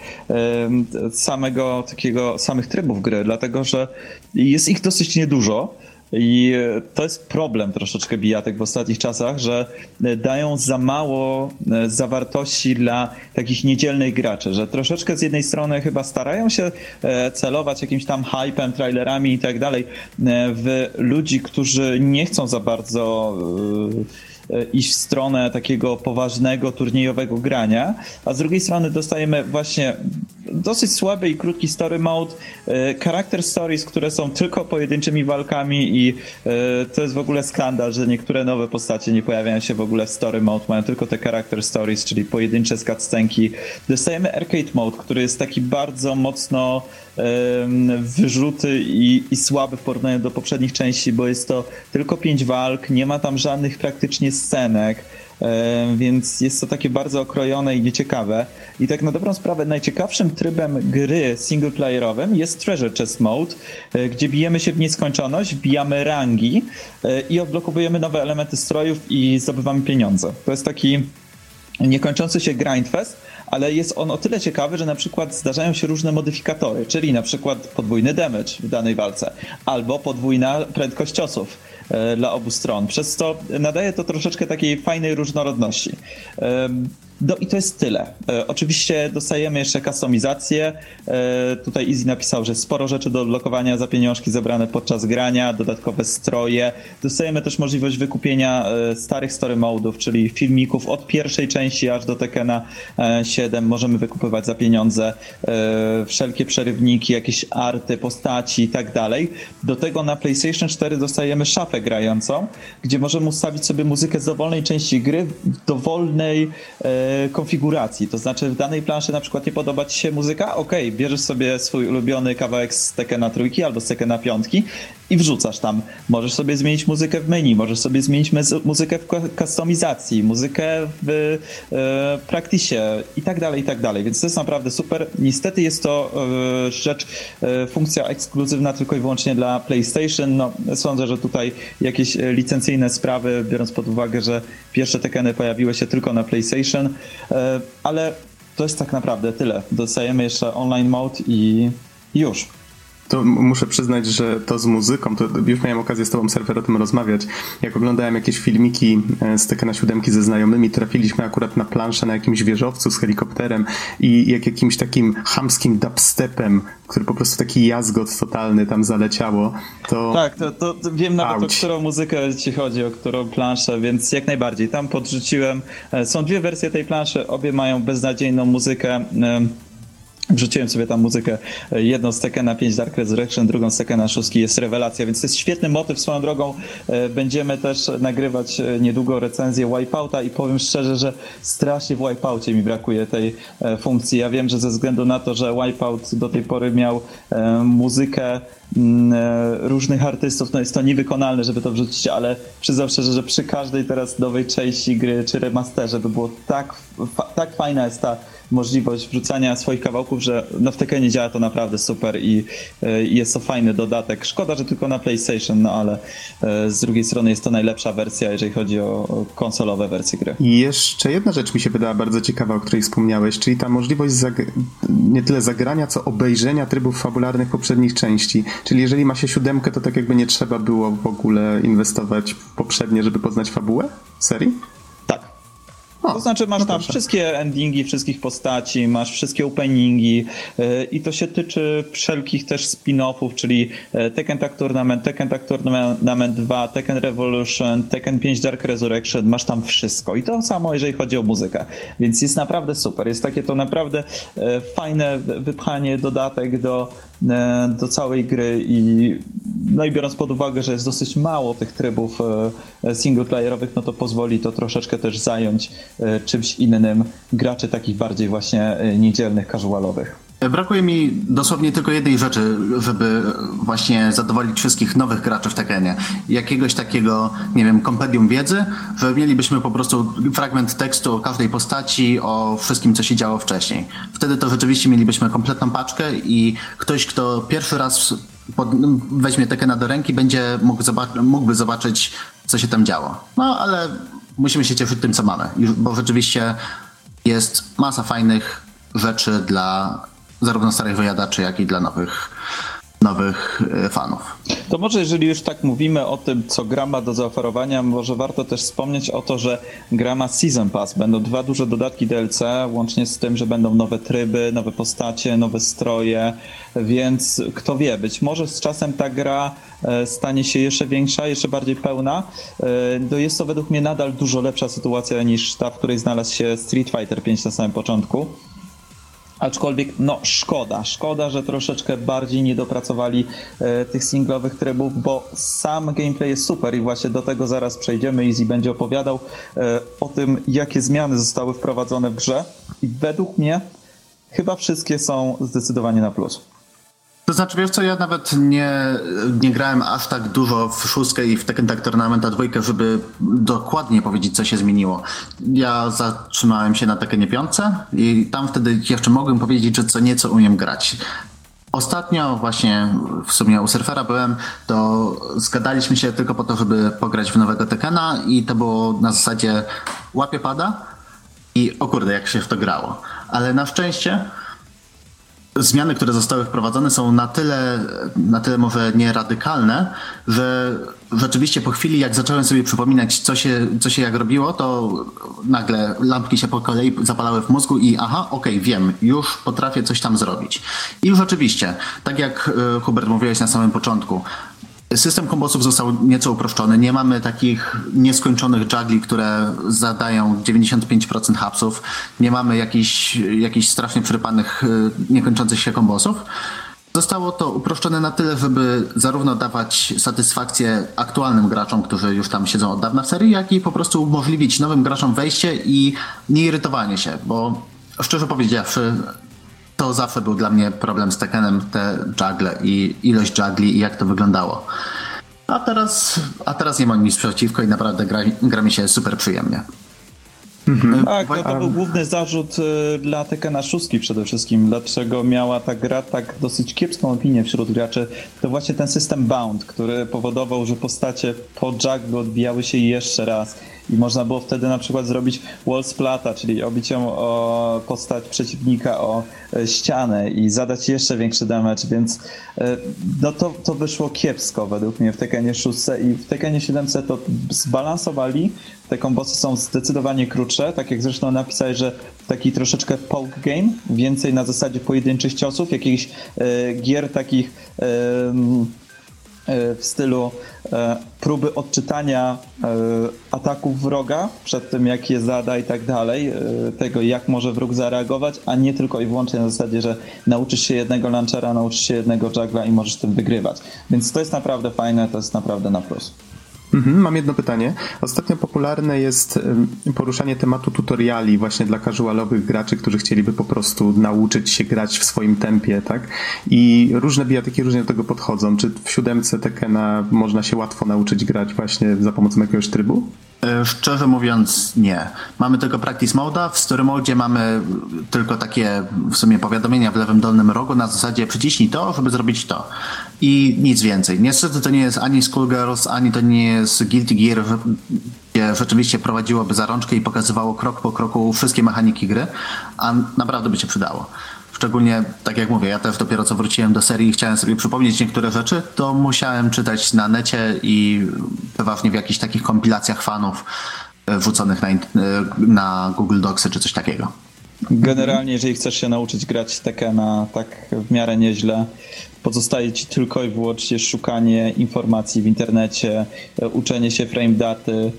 samego takiego, samych trybów gry, dlatego że jest ich dosyć niedużo. I to jest problem troszeczkę bijatek w ostatnich czasach, że dają za mało zawartości dla takich niedzielnych graczy, że troszeczkę z jednej strony chyba starają się celować jakimś tam hypem, trailerami i tak dalej w ludzi, którzy nie chcą za bardzo iść w stronę takiego poważnego, turniejowego grania, a z drugiej strony dostajemy właśnie dosyć słaby i krótki story mode, character stories, które są tylko pojedynczymi walkami i to jest w ogóle skandal, że niektóre nowe postacie nie pojawiają się w ogóle w story mode, mają tylko te character stories, czyli pojedyncze cutscenki. Dostajemy arcade mode, który jest taki bardzo mocno wyrzuty i, i słaby w porównaniu do poprzednich części, bo jest to tylko pięć walk, nie ma tam żadnych praktycznie scenek, więc jest to takie bardzo okrojone i nieciekawe. I tak na dobrą sprawę najciekawszym trybem gry singleplayerowym jest Treasure Chest Mode, gdzie bijemy się w nieskończoność, wbijamy rangi i odblokowujemy nowe elementy strojów i zdobywamy pieniądze. To jest taki niekończący się grindfest, ale jest on o tyle ciekawy, że na przykład zdarzają się różne modyfikatory, czyli na przykład podwójny damage w danej walce, albo podwójna prędkość ciosów dla obu stron. Przez co nadaje to troszeczkę takiej fajnej różnorodności. No i to jest tyle. E, oczywiście dostajemy jeszcze kustomizację. E, tutaj Easy napisał, że sporo rzeczy do odblokowania za pieniążki zebrane podczas grania, dodatkowe stroje. Dostajemy też możliwość wykupienia e, starych story modów, czyli filmików od pierwszej części aż do Tekkena e, siedem. Możemy wykupywać za pieniądze e, wszelkie przerywniki, jakieś arty, postaci i tak dalej. Do tego na PlayStation cztery dostajemy szafę grającą, gdzie możemy ustawić sobie muzykę z dowolnej części gry w dowolnej e, konfiguracji, to znaczy w danej planszy na przykład nie podoba ci się muzyka, okej, okay, bierzesz sobie swój ulubiony kawałek z Tekkena trójki albo z Tekkena piątki i wrzucasz tam. Możesz sobie zmienić muzykę w menu, możesz sobie zmienić muzykę w kustomizacji, muzykę w e, practice i tak dalej, i tak dalej, więc to jest naprawdę super. Niestety jest to e, rzecz, e, funkcja ekskluzywna tylko i wyłącznie dla PlayStation. No, sądzę, że tutaj jakieś licencyjne sprawy, biorąc pod uwagę, że pierwsze Tekkeny pojawiły się tylko na PlayStation, e, ale to jest tak naprawdę tyle. Dostajemy jeszcze online mode i już. To muszę przyznać, że to z muzyką, to już miałem okazję z tobą, Surfer, o tym rozmawiać. Jak oglądałem jakieś filmiki z Tekkena siedem ze znajomymi, trafiliśmy akurat na planszę na jakimś wieżowcu z helikopterem i jak jakimś takim chamskim dubstepem, który po prostu taki jazgot totalny tam zaleciało, to... Tak, to, to, to wiem nawet Auć. O którą muzykę ci chodzi, o którą planszę, więc jak najbardziej. Tam podrzuciłem, są dwie wersje tej planszy, obie mają beznadziejną muzykę. Wrzuciłem sobie tam muzykę, jedną z Tekkena pięć Dark Resurrection, drugą z Tekkena sześć, jest rewelacja, więc to jest świetny motyw. Swoją drogą będziemy też nagrywać niedługo recenzję Wipeouta i powiem szczerze, że strasznie w Wipeoutie mi brakuje tej funkcji. Ja wiem, że ze względu na to, że Wipeout do tej pory miał muzykę różnych artystów, no jest to niewykonalne, żeby to wrzucić, ale przyznam szczerze, że przy każdej teraz nowej części gry czy remasterze by było tak, fa- tak fajna jest ta możliwość wrzucania swoich kawałków, że no w Tekkenie działa to naprawdę super i, i jest to fajny dodatek. Szkoda, że tylko na PlayStation, no ale z drugiej strony jest to najlepsza wersja, jeżeli chodzi o konsolowe wersje gry. I jeszcze jedna rzecz mi się wydała bardzo ciekawa, o której wspomniałeś, czyli ta możliwość zag- nie tyle zagrania, co obejrzenia trybów fabularnych poprzednich części. Czyli jeżeli ma się siódemkę, to tak jakby nie trzeba było w ogóle inwestować w poprzednie, żeby poznać fabułę serii? O, to znaczy masz no tam proszę. wszystkie endingi wszystkich postaci, masz wszystkie openingi yy, i to się tyczy wszelkich też spin-offów, czyli Tekken Tag Tournament, Tekken Tag Tournament dwa, Tekken Revolution, Tekken pięć Dark Resurrection, masz tam wszystko. I to samo jeżeli chodzi o muzykę. Więc jest naprawdę super. Jest takie to naprawdę yy, fajne wypchanie, dodatek do, yy, do całej gry i no i biorąc pod uwagę, że jest dosyć mało tych trybów yy, singleplayerowych, no to pozwoli to troszeczkę też zająć czymś innym graczy takich bardziej właśnie niedzielnych, casualowych. Brakuje mi dosłownie tylko jednej rzeczy, żeby właśnie zadowolić wszystkich nowych graczy w Tekkenie. Jakiegoś takiego, nie wiem, kompendium wiedzy, że mielibyśmy po prostu fragment tekstu o każdej postaci, o wszystkim, co się działo wcześniej. Wtedy to rzeczywiście mielibyśmy kompletną paczkę i ktoś, kto pierwszy raz pod, weźmie Tekkena do ręki, będzie mógł zobac- mógłby zobaczyć, co się tam działo. No, ale musimy się cieszyć tym, co mamy, bo rzeczywiście jest masa fajnych rzeczy dla zarówno starych wyjadaczy, jak i dla nowych, nowych fanów. To może jeżeli już tak mówimy o tym, co gra ma do zaoferowania, może warto też wspomnieć o to, że gra ma Season Pass. Będą dwa duże dodatki D L C, łącznie z tym, że będą nowe tryby, nowe postacie, nowe stroje, więc kto wie, być może z czasem ta gra stanie się jeszcze większa, jeszcze bardziej pełna. Jest to według mnie nadal dużo lepsza sytuacja niż ta, w której znalazł się Street Fighter pięć na samym początku. Aczkolwiek, no szkoda, szkoda, że troszeczkę bardziej nie dopracowali e, tych singlowych trybów, bo sam gameplay jest super i właśnie do tego zaraz przejdziemy. Easy będzie opowiadał e, o tym, jakie zmiany zostały wprowadzone w grze i według mnie chyba wszystkie są zdecydowanie na plus. To znaczy, wiesz co, ja nawet nie, nie grałem aż tak dużo w szóstkę i w Tekken Tag Tournamenta dwójkę, żeby dokładnie powiedzieć, co się zmieniło. Ja zatrzymałem się na Tekkenie piątce i tam wtedy jeszcze mogłem powiedzieć, że co nieco umiem grać. Ostatnio właśnie w sumie u Surfera byłem, to zgadaliśmy się tylko po to, żeby pograć w nowego Tekkena i to było na zasadzie łapie pada i o kurde, jak się w to grało. Ale na szczęście zmiany, które zostały wprowadzone, są na tyle, na tyle może nie radykalne, że rzeczywiście po chwili, jak zacząłem sobie przypominać, co się, co się jak robiło, to nagle lampki się po kolei zapalały w mózgu i aha, okej, okay, wiem, już potrafię coś tam zrobić. I rzeczywiście, tak jak Hubert mówiłeś na samym początku, system kombosów został nieco uproszczony. Nie mamy takich nieskończonych juggli, które zadają dziewięćdziesiąt pięć procent hapsów. Nie mamy jakichś, jakichś strasznie przyrypanych, niekończących się kombosów. Zostało to uproszczone na tyle, żeby zarówno dawać satysfakcję aktualnym graczom, którzy już tam siedzą od dawna w serii, jak i po prostu umożliwić nowym graczom wejście i nie irytowanie się, bo szczerze powiedziawszy, to zawsze był dla mnie problem z Tekkenem, te juggle i ilość juggli i jak to wyglądało. A teraz, a teraz nie mam nic przeciwko i naprawdę gra, gra mi się super przyjemnie. Mhm. Tak, to, to był główny zarzut dla Tekkena szóstki przede wszystkim. Dlaczego miała ta gra tak dosyć kiepską opinię wśród graczy? To właśnie ten system bound, który powodował, że postacie po jugglu odbijały się jeszcze raz. I można było wtedy na przykład zrobić wall splata, czyli obić ją o postać przeciwnika o ścianę i zadać jeszcze większy damage, więc no to, to wyszło kiepsko według mnie w Tekkenie szóstce i w Tekkenie siedemce to zbalansowali. Te kombosy są zdecydowanie krótsze, tak jak zresztą napisałeś, że taki troszeczkę poke game, więcej na zasadzie pojedynczych ciosów, jakichś e, gier takich e, w stylu e, próby odczytania e, ataków wroga przed tym, jak je zada i tak dalej, e, tego jak może wróg zareagować, a nie tylko i wyłącznie na zasadzie, że nauczysz się jednego launchera, nauczysz się jednego juggla i możesz tym wygrywać. Więc to jest naprawdę fajne, to jest naprawdę na plus. Mhm, mam jedno pytanie. Ostatnio popularne jest poruszanie tematu tutoriali właśnie dla casualowych graczy, którzy chcieliby po prostu nauczyć się grać w swoim tempie, tak? I różne bijatyki różnie do tego podchodzą. Czy w siódemce Tekkena można się łatwo nauczyć grać właśnie za pomocą jakiegoś trybu? Szczerze mówiąc nie. Mamy tylko practice mode'a. W story mode mamy tylko takie w sumie powiadomienia w lewym dolnym rogu na zasadzie przyciśnij to, żeby zrobić to. I nic więcej. Niestety to nie jest ani Skullgirls, ani to nie jest Guilty Gear, gdzie rzeczywiście prowadziłoby za rączkę i pokazywało krok po kroku wszystkie mechaniki gry, a naprawdę by się przydało. Szczególnie, tak jak mówię, ja też dopiero co wróciłem do serii i chciałem sobie przypomnieć niektóre rzeczy, to musiałem czytać na necie i przeważnie w jakichś takich kompilacjach fanów wrzuconych na, na Google Docsy czy coś takiego. Generalnie, jeżeli chcesz się nauczyć grać Tekkena tak w miarę nieźle, pozostaje ci tylko i wyłącznie szukanie informacji w internecie, uczenie się frame daty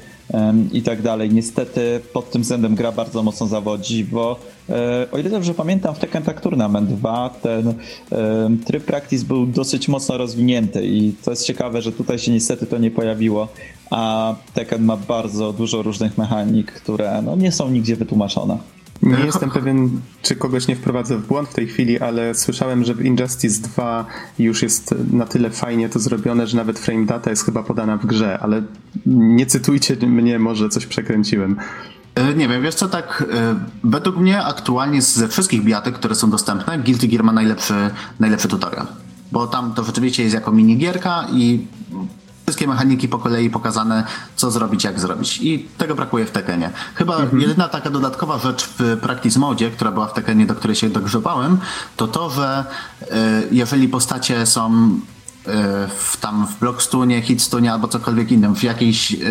i tak dalej. Niestety pod tym względem gra bardzo mocno zawodzi, bo o ile dobrze pamiętam, w Tekken Tag Tournament dwa ten tryb practice był dosyć mocno rozwinięty i to jest ciekawe, że tutaj się niestety to nie pojawiło, a Tekken ma bardzo dużo różnych mechanik, które no, nie są nigdzie wytłumaczone. Nie jestem pewien, czy kogoś nie wprowadzę w błąd w tej chwili, ale słyszałem, że w Injustice dwa już jest na tyle fajnie to zrobione, że nawet frame data jest chyba podana w grze, ale nie cytujcie mnie, może coś przekręciłem. Nie wiem, wiesz co, tak według mnie aktualnie ze wszystkich bijatyk, które są dostępne, Guilty Gear ma najlepszy, najlepszy tutorial, bo tam to rzeczywiście jest jako minigierka i wszystkie mechaniki po kolei pokazane, co zrobić, jak zrobić. I tego brakuje w Tekkenie. Chyba mhm. jedyna taka dodatkowa rzecz w Practice Mode, która była w Tekkenie, do której się dogrzebałem, to to, że y, jeżeli postacie są y, w, tam w Blockstunie, Hitstunie albo cokolwiek innym, w jakiejś, y,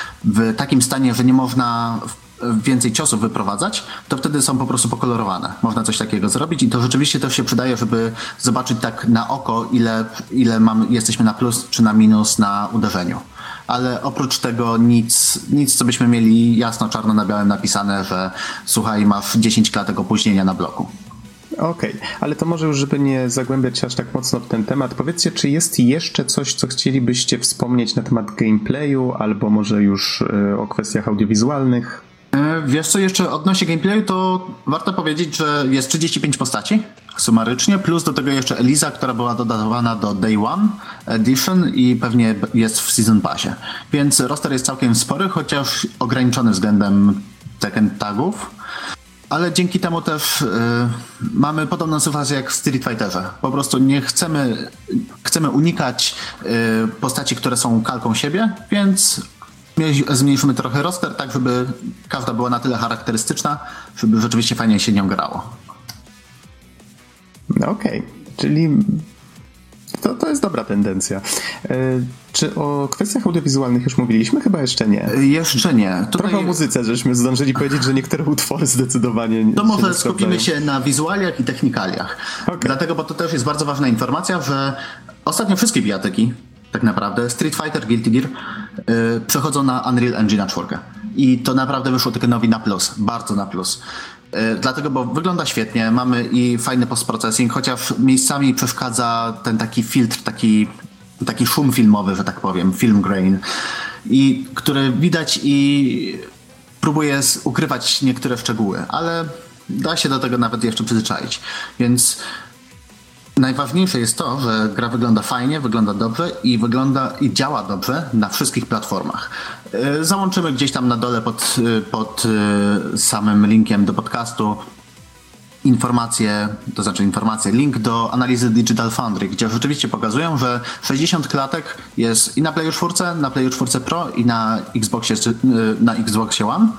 w takim stanie, że nie można więcej ciosów wyprowadzać, to wtedy są po prostu pokolorowane. Można coś takiego zrobić i to rzeczywiście też się przydaje, żeby zobaczyć tak na oko, ile, ile mam, jesteśmy na plus czy na minus na uderzeniu. Ale oprócz tego nic, nic, co byśmy mieli jasno czarno na białym napisane, że słuchaj, masz dziesięć klatek opóźnienia na bloku. Okej, okay, ale to może już, żeby nie zagłębiać się aż tak mocno w ten temat, powiedzcie, czy jest jeszcze coś, co chcielibyście wspomnieć na temat gameplayu, albo może już y, o kwestiach audiowizualnych? Wiesz co, jeszcze odnośnie gameplayu, to warto powiedzieć, że jest trzydzieści pięć postaci sumarycznie, plus do tego jeszcze Eliza, która była dodawana do Day One Edition i pewnie jest w Season Passie. Więc roster jest całkiem spory, chociaż ograniczony względem Tekken tagów. Ale dzięki temu też y, mamy podobną sytuację jak w Street Fighterze. Po prostu nie chcemy, chcemy unikać y, postaci, które są kalką siebie, więc zmniejszymy trochę roster, tak żeby każda była na tyle charakterystyczna, żeby rzeczywiście fajnie się nią grało. No okej, okay. Czyli to, to jest dobra tendencja. Czy o kwestiach audiowizualnych już mówiliśmy? Chyba jeszcze nie. Jeszcze nie. Tutaj... Trochę o muzyce, żeśmy zdążyli powiedzieć, że niektóre utwory zdecydowanie nie. To może skupimy się na wizualiach i technikaliach. Okay. Dlatego, bo to też jest bardzo ważna informacja, że ostatnio wszystkie bijatyki, tak naprawdę, Street Fighter, Guilty Gear, yy, przechodzą na Unreal Engine cztery. I to naprawdę wyszło Tekenowi na plus, bardzo na plus. Yy, dlatego, bo wygląda świetnie, mamy i fajny postprocessing, chociaż miejscami przeszkadza ten taki filtr, taki, taki szum filmowy, że tak powiem, film grain, i który widać i próbuje ukrywać niektóre szczegóły, ale da się do tego nawet jeszcze przyzwyczaić. Więc najważniejsze jest to, że gra wygląda fajnie, wygląda dobrze i wygląda i działa dobrze na wszystkich platformach. Załączymy gdzieś tam na dole pod, pod samym linkiem do podcastu informacje, to znaczy informacje, link do analizy Digital Foundry, gdzie rzeczywiście pokazują, że sześćdziesiąt klatek jest i na Playu cztery, na Playu cztery Pro i na Xboxie, na Xboxie One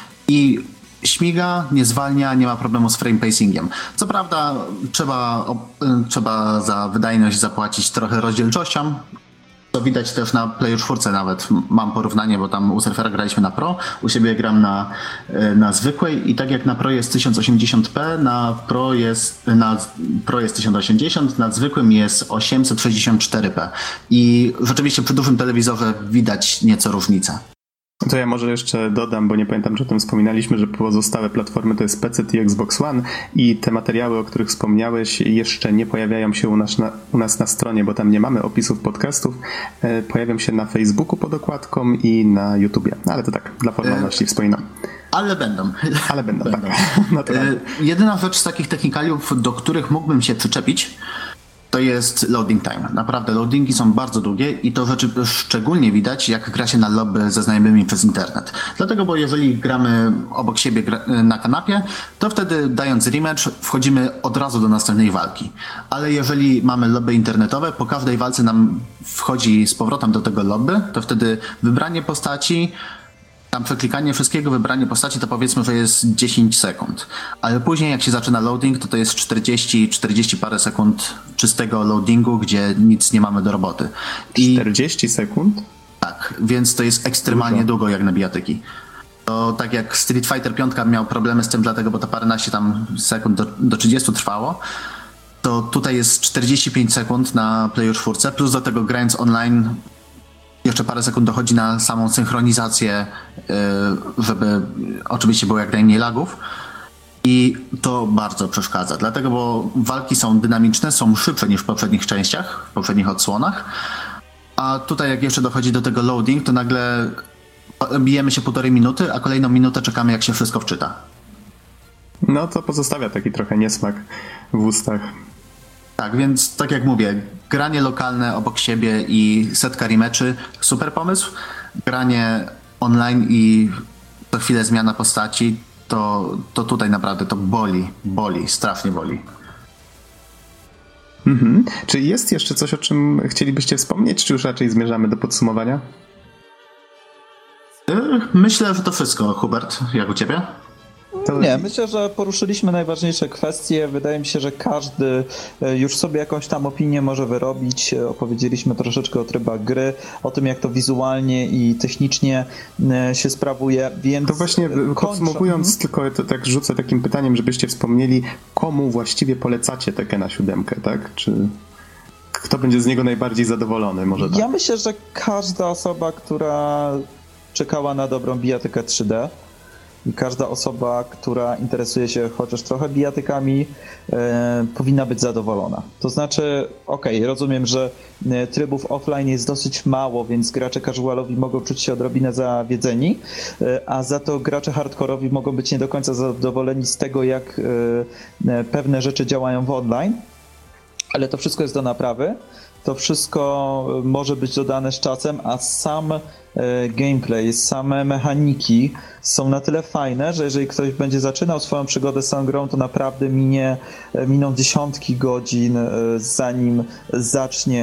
i śmiga, nie zwalnia, nie ma problemu z frame pacingiem. Co prawda trzeba, trzeba za wydajność zapłacić trochę rozdzielczością. To widać też na Playu cztery nawet. Mam porównanie, bo tam u Surfera graliśmy na Pro, u siebie gram na, na zwykłej i tak jak na Pro jest tysiąc osiemdziesiąt p, na Pro jest, na Pro jest tysiąc osiemdziesiąt, na zwykłym jest osiemset sześćdziesiąt cztery p. I rzeczywiście przy dużym telewizorze widać nieco różnicę. To ja może jeszcze dodam, bo nie pamiętam, że o tym wspominaliśmy, że pozostałe platformy to jest P C i Xbox One i te materiały, o których wspomniałeś, jeszcze nie pojawiają się u nas na, u nas na stronie, bo tam nie mamy opisów podcastów. E, pojawią się na Facebooku pod okładką i na YouTubie. Ale to tak, dla formalności e, wspominam. Ale będą. Ale będą, będą. Tak. E, jedyna rzecz z takich technikaliów, do których mógłbym się przyczepić, to jest loading time. Naprawdę loadingi są bardzo długie i to rzeczy szczególnie widać, jak gra się na lobby ze znajomymi przez internet. Dlatego, bo jeżeli gramy obok siebie na kanapie, to wtedy dając rematch wchodzimy od razu do następnej walki. Ale jeżeli mamy lobby internetowe, po każdej walce nam wchodzi z powrotem do tego lobby, to wtedy wybranie postaci, tam przeklikanie wszystkiego, wybranie postaci to powiedzmy, że jest dziesięć sekund. Ale później jak się zaczyna loading, to to jest czterdzieści, czterdzieści parę sekund czystego loadingu, gdzie nic nie mamy do roboty. I czterdzieści sekund? Tak, więc to jest ekstremalnie Dużo. długo jak na bijatyki. To tak jak Street Fighter pięć miał problemy z tym, dlatego, bo to paręnaście tam sekund do, do trzydziestu trwało, to tutaj jest czterdzieści pięć sekund na Playu cztery, plus do tego grając online jeszcze parę sekund dochodzi na samą synchronizację, żeby oczywiście było jak najmniej lagów i to bardzo przeszkadza. Dlatego, bo walki są dynamiczne, są szybsze niż w poprzednich częściach, w poprzednich odsłonach, a tutaj jak jeszcze dochodzi do tego loading, to nagle bijemy się półtorej minuty, a kolejną minutę czekamy, jak się wszystko wczyta. No to pozostawia taki trochę niesmak w ustach. Tak, więc tak jak mówię, granie lokalne obok siebie i setka rematchy, super pomysł. Granie online i co chwilę zmiana postaci, to, to tutaj naprawdę to boli, boli, strasznie boli. Mhm. Czy jest jeszcze coś, o czym chcielibyście wspomnieć, czy już raczej zmierzamy do podsumowania? Myślę, że to wszystko, Hubert. Jak u ciebie? To... Nie, myślę, że poruszyliśmy najważniejsze kwestie. Wydaje mi się, że każdy już sobie jakąś tam opinię może wyrobić. Opowiedzieliśmy troszeczkę o trybach gry, o tym, jak to wizualnie i technicznie się sprawuje, więc... To właśnie podsumowując, hmm. tylko to tak rzucę takim pytaniem, żebyście wspomnieli, komu właściwie polecacie Tekena siedem, tak? Czy... Kto będzie z niego najbardziej zadowolony? Może tak? Ja myślę, że każda osoba, która czekała na dobrą bijatykę trzy D, i każda osoba, która interesuje się chociaż trochę bijatykami, e, powinna być zadowolona. To znaczy, okej, okay, rozumiem, że trybów offline jest dosyć mało, więc gracze casualowi mogą czuć się odrobinę zawiedzeni, e, a za to gracze hardkorowi mogą być nie do końca zadowoleni z tego, jak e, pewne rzeczy działają w online, ale to wszystko jest do naprawy. To wszystko może być dodane z czasem, a sam gameplay, same mechaniki są na tyle fajne, że jeżeli ktoś będzie zaczynał swoją przygodę z tą grą, to naprawdę minie, miną dziesiątki godzin, zanim zacznie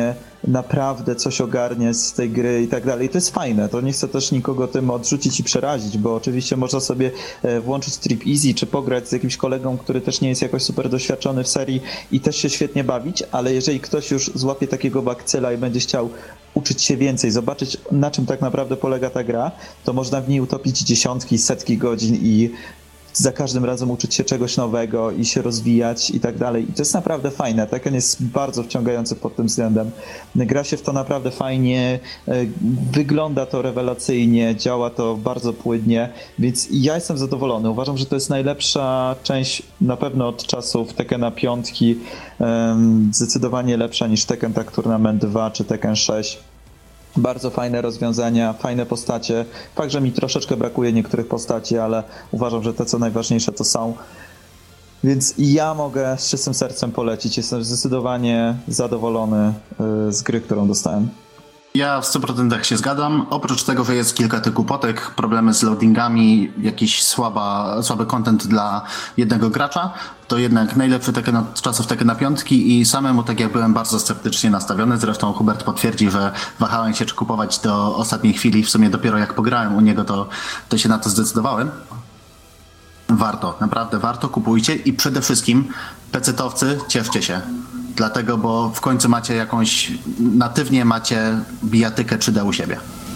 naprawdę coś ogarnie z tej gry i tak dalej. I to jest fajne, to nie chcę też nikogo tym odrzucić i przerazić, bo oczywiście można sobie włączyć Trip Easy, czy pograć z jakimś kolegą, który też nie jest jakoś super doświadczony w serii i też się świetnie bawić, ale jeżeli ktoś już złapie takiego bakcyla i będzie chciał uczyć się więcej, zobaczyć, na czym tak naprawdę polega ta gra, to można w niej utopić dziesiątki, setki godzin i za każdym razem uczyć się czegoś nowego i się rozwijać i tak dalej. I to jest naprawdę fajne. Tekken jest bardzo wciągający pod tym względem. Gra się w to naprawdę fajnie, wygląda to rewelacyjnie, działa to bardzo płynnie, więc ja jestem zadowolony. Uważam, że to jest najlepsza część na pewno od czasów Tekkena piątki, zdecydowanie lepsza niż Tekken Tag Tournament dwa czy Tekken sześć. Bardzo fajne rozwiązania, fajne postacie. Fakt, że mi troszeczkę brakuje niektórych postaci, ale uważam, że te co najważniejsze to są. Więc ja mogę z czystym sercem polecić. Jestem zdecydowanie zadowolony z gry, którą dostałem. Ja w stu procentach się zgadzam. Oprócz tego, że jest kilka tych kłopotek, problemy z loadingami, jakiś słaba, słaby content dla jednego gracza, to jednak najlepszy Tekken od czasów Tekkena piątki i samemu tak jak byłem bardzo sceptycznie nastawiony, zresztą Hubert potwierdzi, że wahałem się czy kupować do ostatniej chwili, w sumie dopiero jak pograłem u niego, to, to się na to zdecydowałem. Warto, naprawdę warto, kupujcie i przede wszystkim pecetowcy, cieszcie się. Dlatego, bo w końcu macie jakąś, natywnie macie bijatykę trzy D u siebie.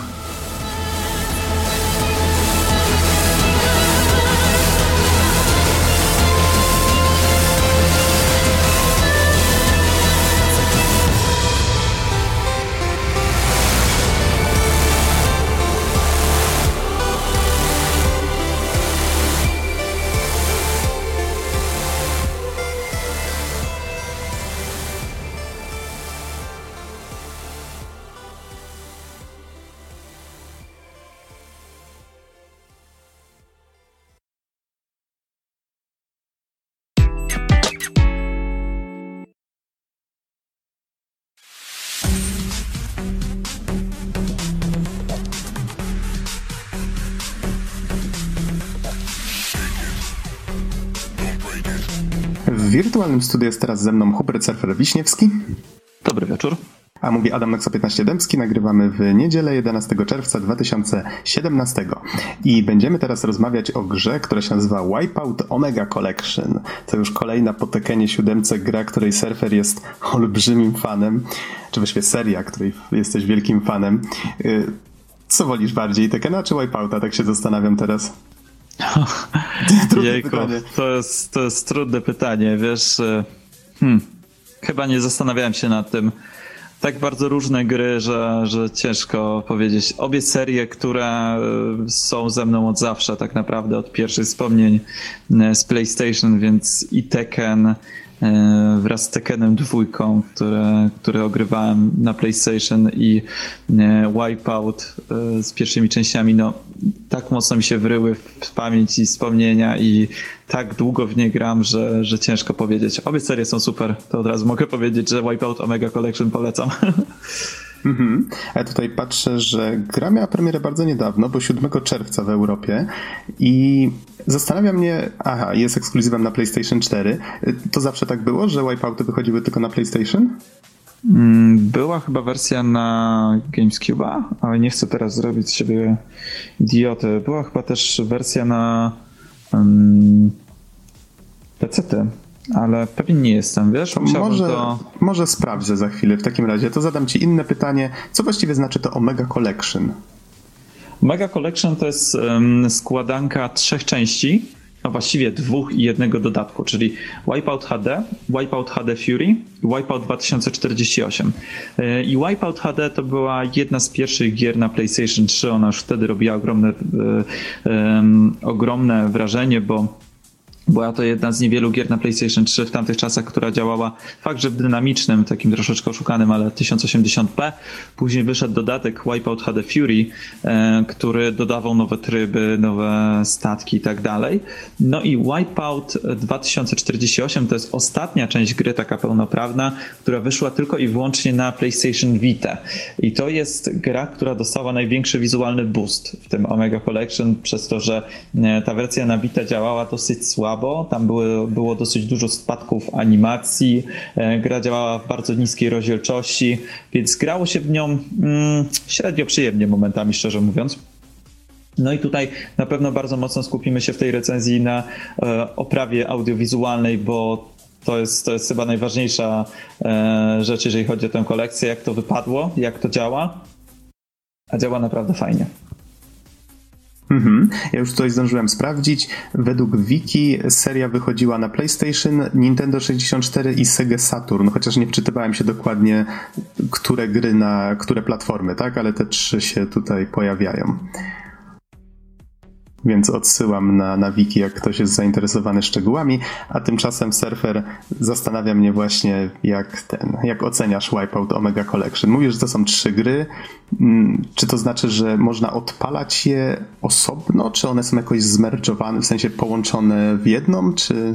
W wirtualnym studiu jest teraz ze mną Hubert Surfer Wiśniewski. Dobry wieczór. A mówi Adam Nexo piętnaście Dębski. Nagrywamy w niedzielę jedenastego czerwca dwa tysiące siedemnastego. I będziemy teraz rozmawiać o grze, która się nazywa Wipeout Omega Collection. To już kolejna po Tekkenie siódemce gra, której Surfer jest olbrzymim fanem. Czy właściwie seria, której jesteś wielkim fanem. Co wolisz bardziej, Tekkena czy Wipeouta? Tak się zastanawiam teraz. Jejku, to jest, to jest trudne pytanie, wiesz, hmm, chyba nie zastanawiałem się nad tym. Tak bardzo różne gry, że, że ciężko powiedzieć. Obie serie, które są ze mną od zawsze, tak naprawdę od pierwszych wspomnień z PlayStation, więc i Tekken wraz z Tekkenem dwójką, które, które ogrywałem na PlayStation i Wipeout z pierwszymi częściami, no tak mocno mi się wryły w pamięć i wspomnienia i tak długo w nie gram, że, że ciężko powiedzieć. Obie serie są super, to od razu mogę powiedzieć, że Wipeout Omega Collection polecam. Mhm. A ja tutaj patrzę, że gra miała premierę bardzo niedawno, bo siódmego czerwca w Europie i zastanawia mnie, aha, jest ekskluzywem na PlayStation cztery. To zawsze tak było, że Wipeouty wychodziły tylko na PlayStation? Była chyba wersja na GameCube'a, ale nie chcę teraz zrobić z siebie idioty. Była chyba też wersja na um, P C ty. Ale pewnie nie jestem, wiesz? To może, to... może sprawdzę za chwilę. W takim razie to zadam ci inne pytanie. Co właściwie znaczy to Omega Collection? Omega Collection to jest um, składanka trzech części, a właściwie dwóch i jednego dodatku, czyli Wipeout H D, Wipeout H D Fury i Wipeout dwa tysiące czterdzieści osiem. I Wipeout H D to była jedna z pierwszych gier na PlayStation trzy. Ona już wtedy robiła ogromne, um, ogromne wrażenie, bo była to jedna z niewielu gier na PlayStation trzy w tamtych czasach, która działała fakt, że w dynamicznym, takim troszeczkę oszukanym, ale tysiąc osiemdziesiąt p. Później wyszedł dodatek Wipeout H D Fury, e, który dodawał nowe tryby, nowe statki i tak dalej. No i Wipeout dwa tysiące czterdzieści osiem to jest ostatnia część gry, taka pełnoprawna, która wyszła tylko i wyłącznie na PlayStation Vita. I to jest gra, która dostała największy wizualny boost w tym Omega Collection, przez to, że ta wersja na Vita działała dosyć słabo, słabo, tam były, było dosyć dużo spadków animacji, gra działała w bardzo niskiej rozdzielczości, więc grało się w nią mm, średnio przyjemnie momentami, szczerze mówiąc. No i tutaj na pewno bardzo mocno skupimy się w tej recenzji na e, oprawie audiowizualnej, bo to jest, to jest chyba najważniejsza e, rzecz, jeżeli chodzi o tę kolekcję, jak to wypadło, jak to działa, a działa naprawdę fajnie. Mhm. Ja już tutaj zdążyłem sprawdzić. Według wiki seria wychodziła na PlayStation, Nintendo sześćdziesiąt cztery i Sega Saturn, chociaż nie wczytywałem się dokładnie, które gry na które platformy, tak? Ale te trzy się tutaj pojawiają. Więc odsyłam na, na wiki, jak ktoś jest zainteresowany szczegółami, a tymczasem Surfer zastanawia mnie właśnie, jak ten, jak oceniasz Wipeout Omega Collection. Mówisz, że to są trzy gry. Czy to znaczy, że można odpalać je osobno, czy one są jakoś zmerdżowane, w sensie połączone w jedną, czy...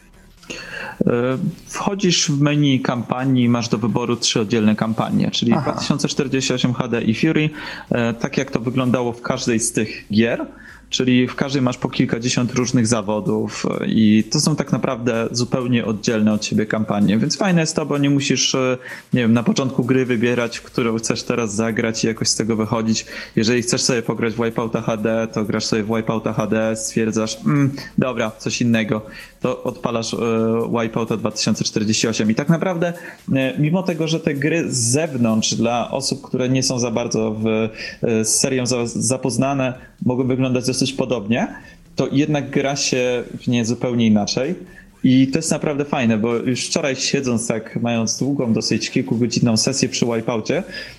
Wchodzisz w menu kampanii, masz do wyboru trzy oddzielne kampanie, czyli Aha. dwa tysiące czterdzieści osiem H D i Fury, tak jak to wyglądało w każdej z tych gier. Czyli w każdej masz po kilkadziesiąt różnych zawodów i to są tak naprawdę zupełnie oddzielne od siebie kampanie, więc fajne jest to, bo nie musisz, nie wiem, na początku gry wybierać, w którą chcesz teraz zagrać i jakoś z tego wychodzić. Jeżeli chcesz sobie pograć w Wipeouta H D, to grasz sobie w Wipeouta H D, stwierdzasz, mm, dobra, coś innego, to odpalasz y, Wipeouta dwa tysiące czterdzieści osiem i tak naprawdę y, mimo tego, że te gry z zewnątrz dla osób, które nie są za bardzo w, y, z serią za, zapoznane, mogą wyglądać dosyć podobnie, to jednak gra się w nie zupełnie inaczej i to jest naprawdę fajne, bo już wczoraj siedząc tak, mając długą dosyć kilkugodzinną sesję przy Wipeoutie,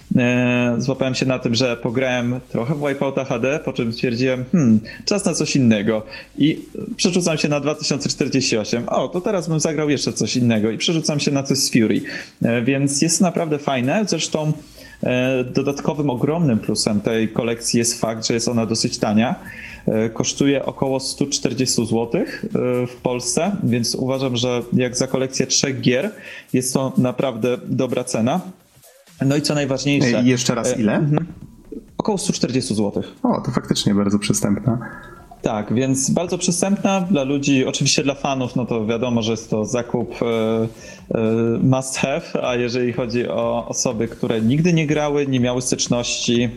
e, złapałem się na tym, że pograłem trochę w Wipeouta H D, po czym stwierdziłem, hmm, czas na coś innego i przerzucam się na dwa tysiące czterdzieści osiem, o, to teraz bym zagrał jeszcze coś innego i przerzucam się na coś z Fury, e, więc jest naprawdę fajne, zresztą dodatkowym ogromnym plusem tej kolekcji jest fakt, że jest ona dosyć tania. Kosztuje około sto czterdzieści złotych w Polsce, więc uważam, że jak za kolekcję trzech gier jest to naprawdę dobra cena. No i co najważniejsze... I jeszcze raz ile? Mhm. Około sto czterdzieści złotych. O, to faktycznie bardzo przystępna. Tak, więc bardzo przystępna dla ludzi, oczywiście dla fanów, no to wiadomo, że jest to zakup e, e, must have, a jeżeli chodzi o osoby, które nigdy nie grały, nie miały styczności,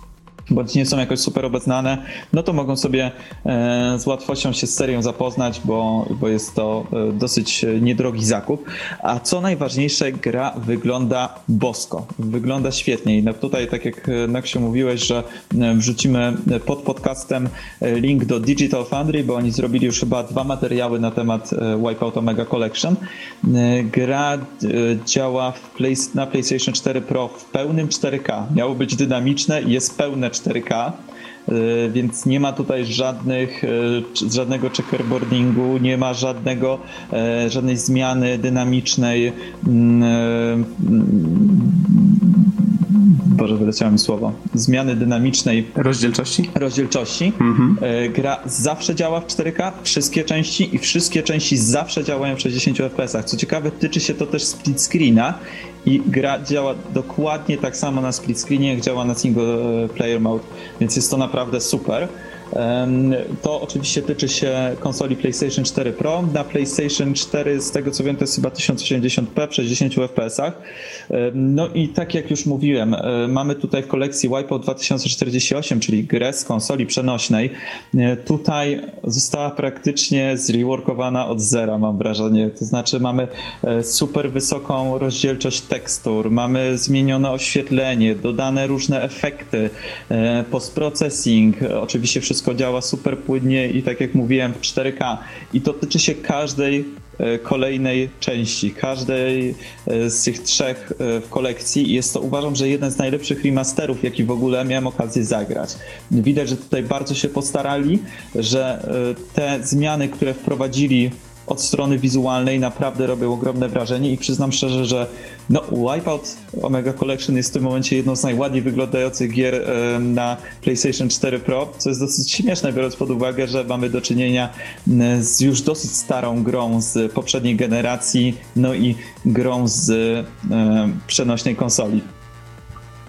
bądź nie są jakoś super obeznane, no to mogą sobie e, z łatwością się z serią zapoznać, bo, bo jest to e, dosyć niedrogi zakup. A co najważniejsze, gra wygląda bosko, wygląda świetnie. I no tutaj, tak jak Naksiu mówiłeś, że wrzucimy pod podcastem link do Digital Foundry, bo oni zrobili już chyba dwa materiały na temat Wipeout Omega Collection. Gra działa w play, na PlayStation cztery Pro w pełnym cztery K. Miało być dynamiczne i jest pełne cztery K, więc nie ma tutaj żadnych, żadnego checkerboardingu, nie ma żadnego, żadnej zmiany dynamicznej. Boże, wyleciało mi słowo. Zmiany dynamicznej rozdzielczości. rozdzielczości. Mhm. Gra zawsze działa w cztery K, wszystkie części i wszystkie części zawsze działają w sześćdziesięciu F P S ach. Co ciekawe, tyczy się to też split screena i gra działa dokładnie tak samo na split screenie, jak działa na single player mode, więc jest to naprawdę super. To oczywiście tyczy się konsoli PlayStation cztery Pro. Na PlayStation cztery, z tego co wiem, to jest chyba tysiąc osiemdziesiąt p w sześćdziesięciu F P S ach. No i tak jak już mówiłem, mamy tutaj w kolekcji Wipeout dwa tysiące czterdzieści osiem, czyli grę z konsoli przenośnej. Tutaj została praktycznie zreworkowana od zera, mam wrażenie. To znaczy mamy super wysoką rozdzielczość tekstur, mamy zmienione oświetlenie, dodane różne efekty, postprocessing, oczywiście wszystko działa super płynnie i tak jak mówiłem w cztery K i to tyczy się każdej kolejnej części, każdej z tych trzech w kolekcji i jest to, uważam, że jeden z najlepszych remasterów, jaki w ogóle miałem okazję zagrać. Widać, że tutaj bardzo się postarali, że te zmiany, które wprowadzili od strony wizualnej naprawdę robią ogromne wrażenie i przyznam szczerze, że no, Wipeout Omega Collection jest w tym momencie jedną z najładniej wyglądających gier e, na PlayStation cztery Pro, co jest dosyć śmieszne, biorąc pod uwagę, że mamy do czynienia z już dosyć starą grą z poprzedniej generacji, no i grą z e, przenośnej konsoli.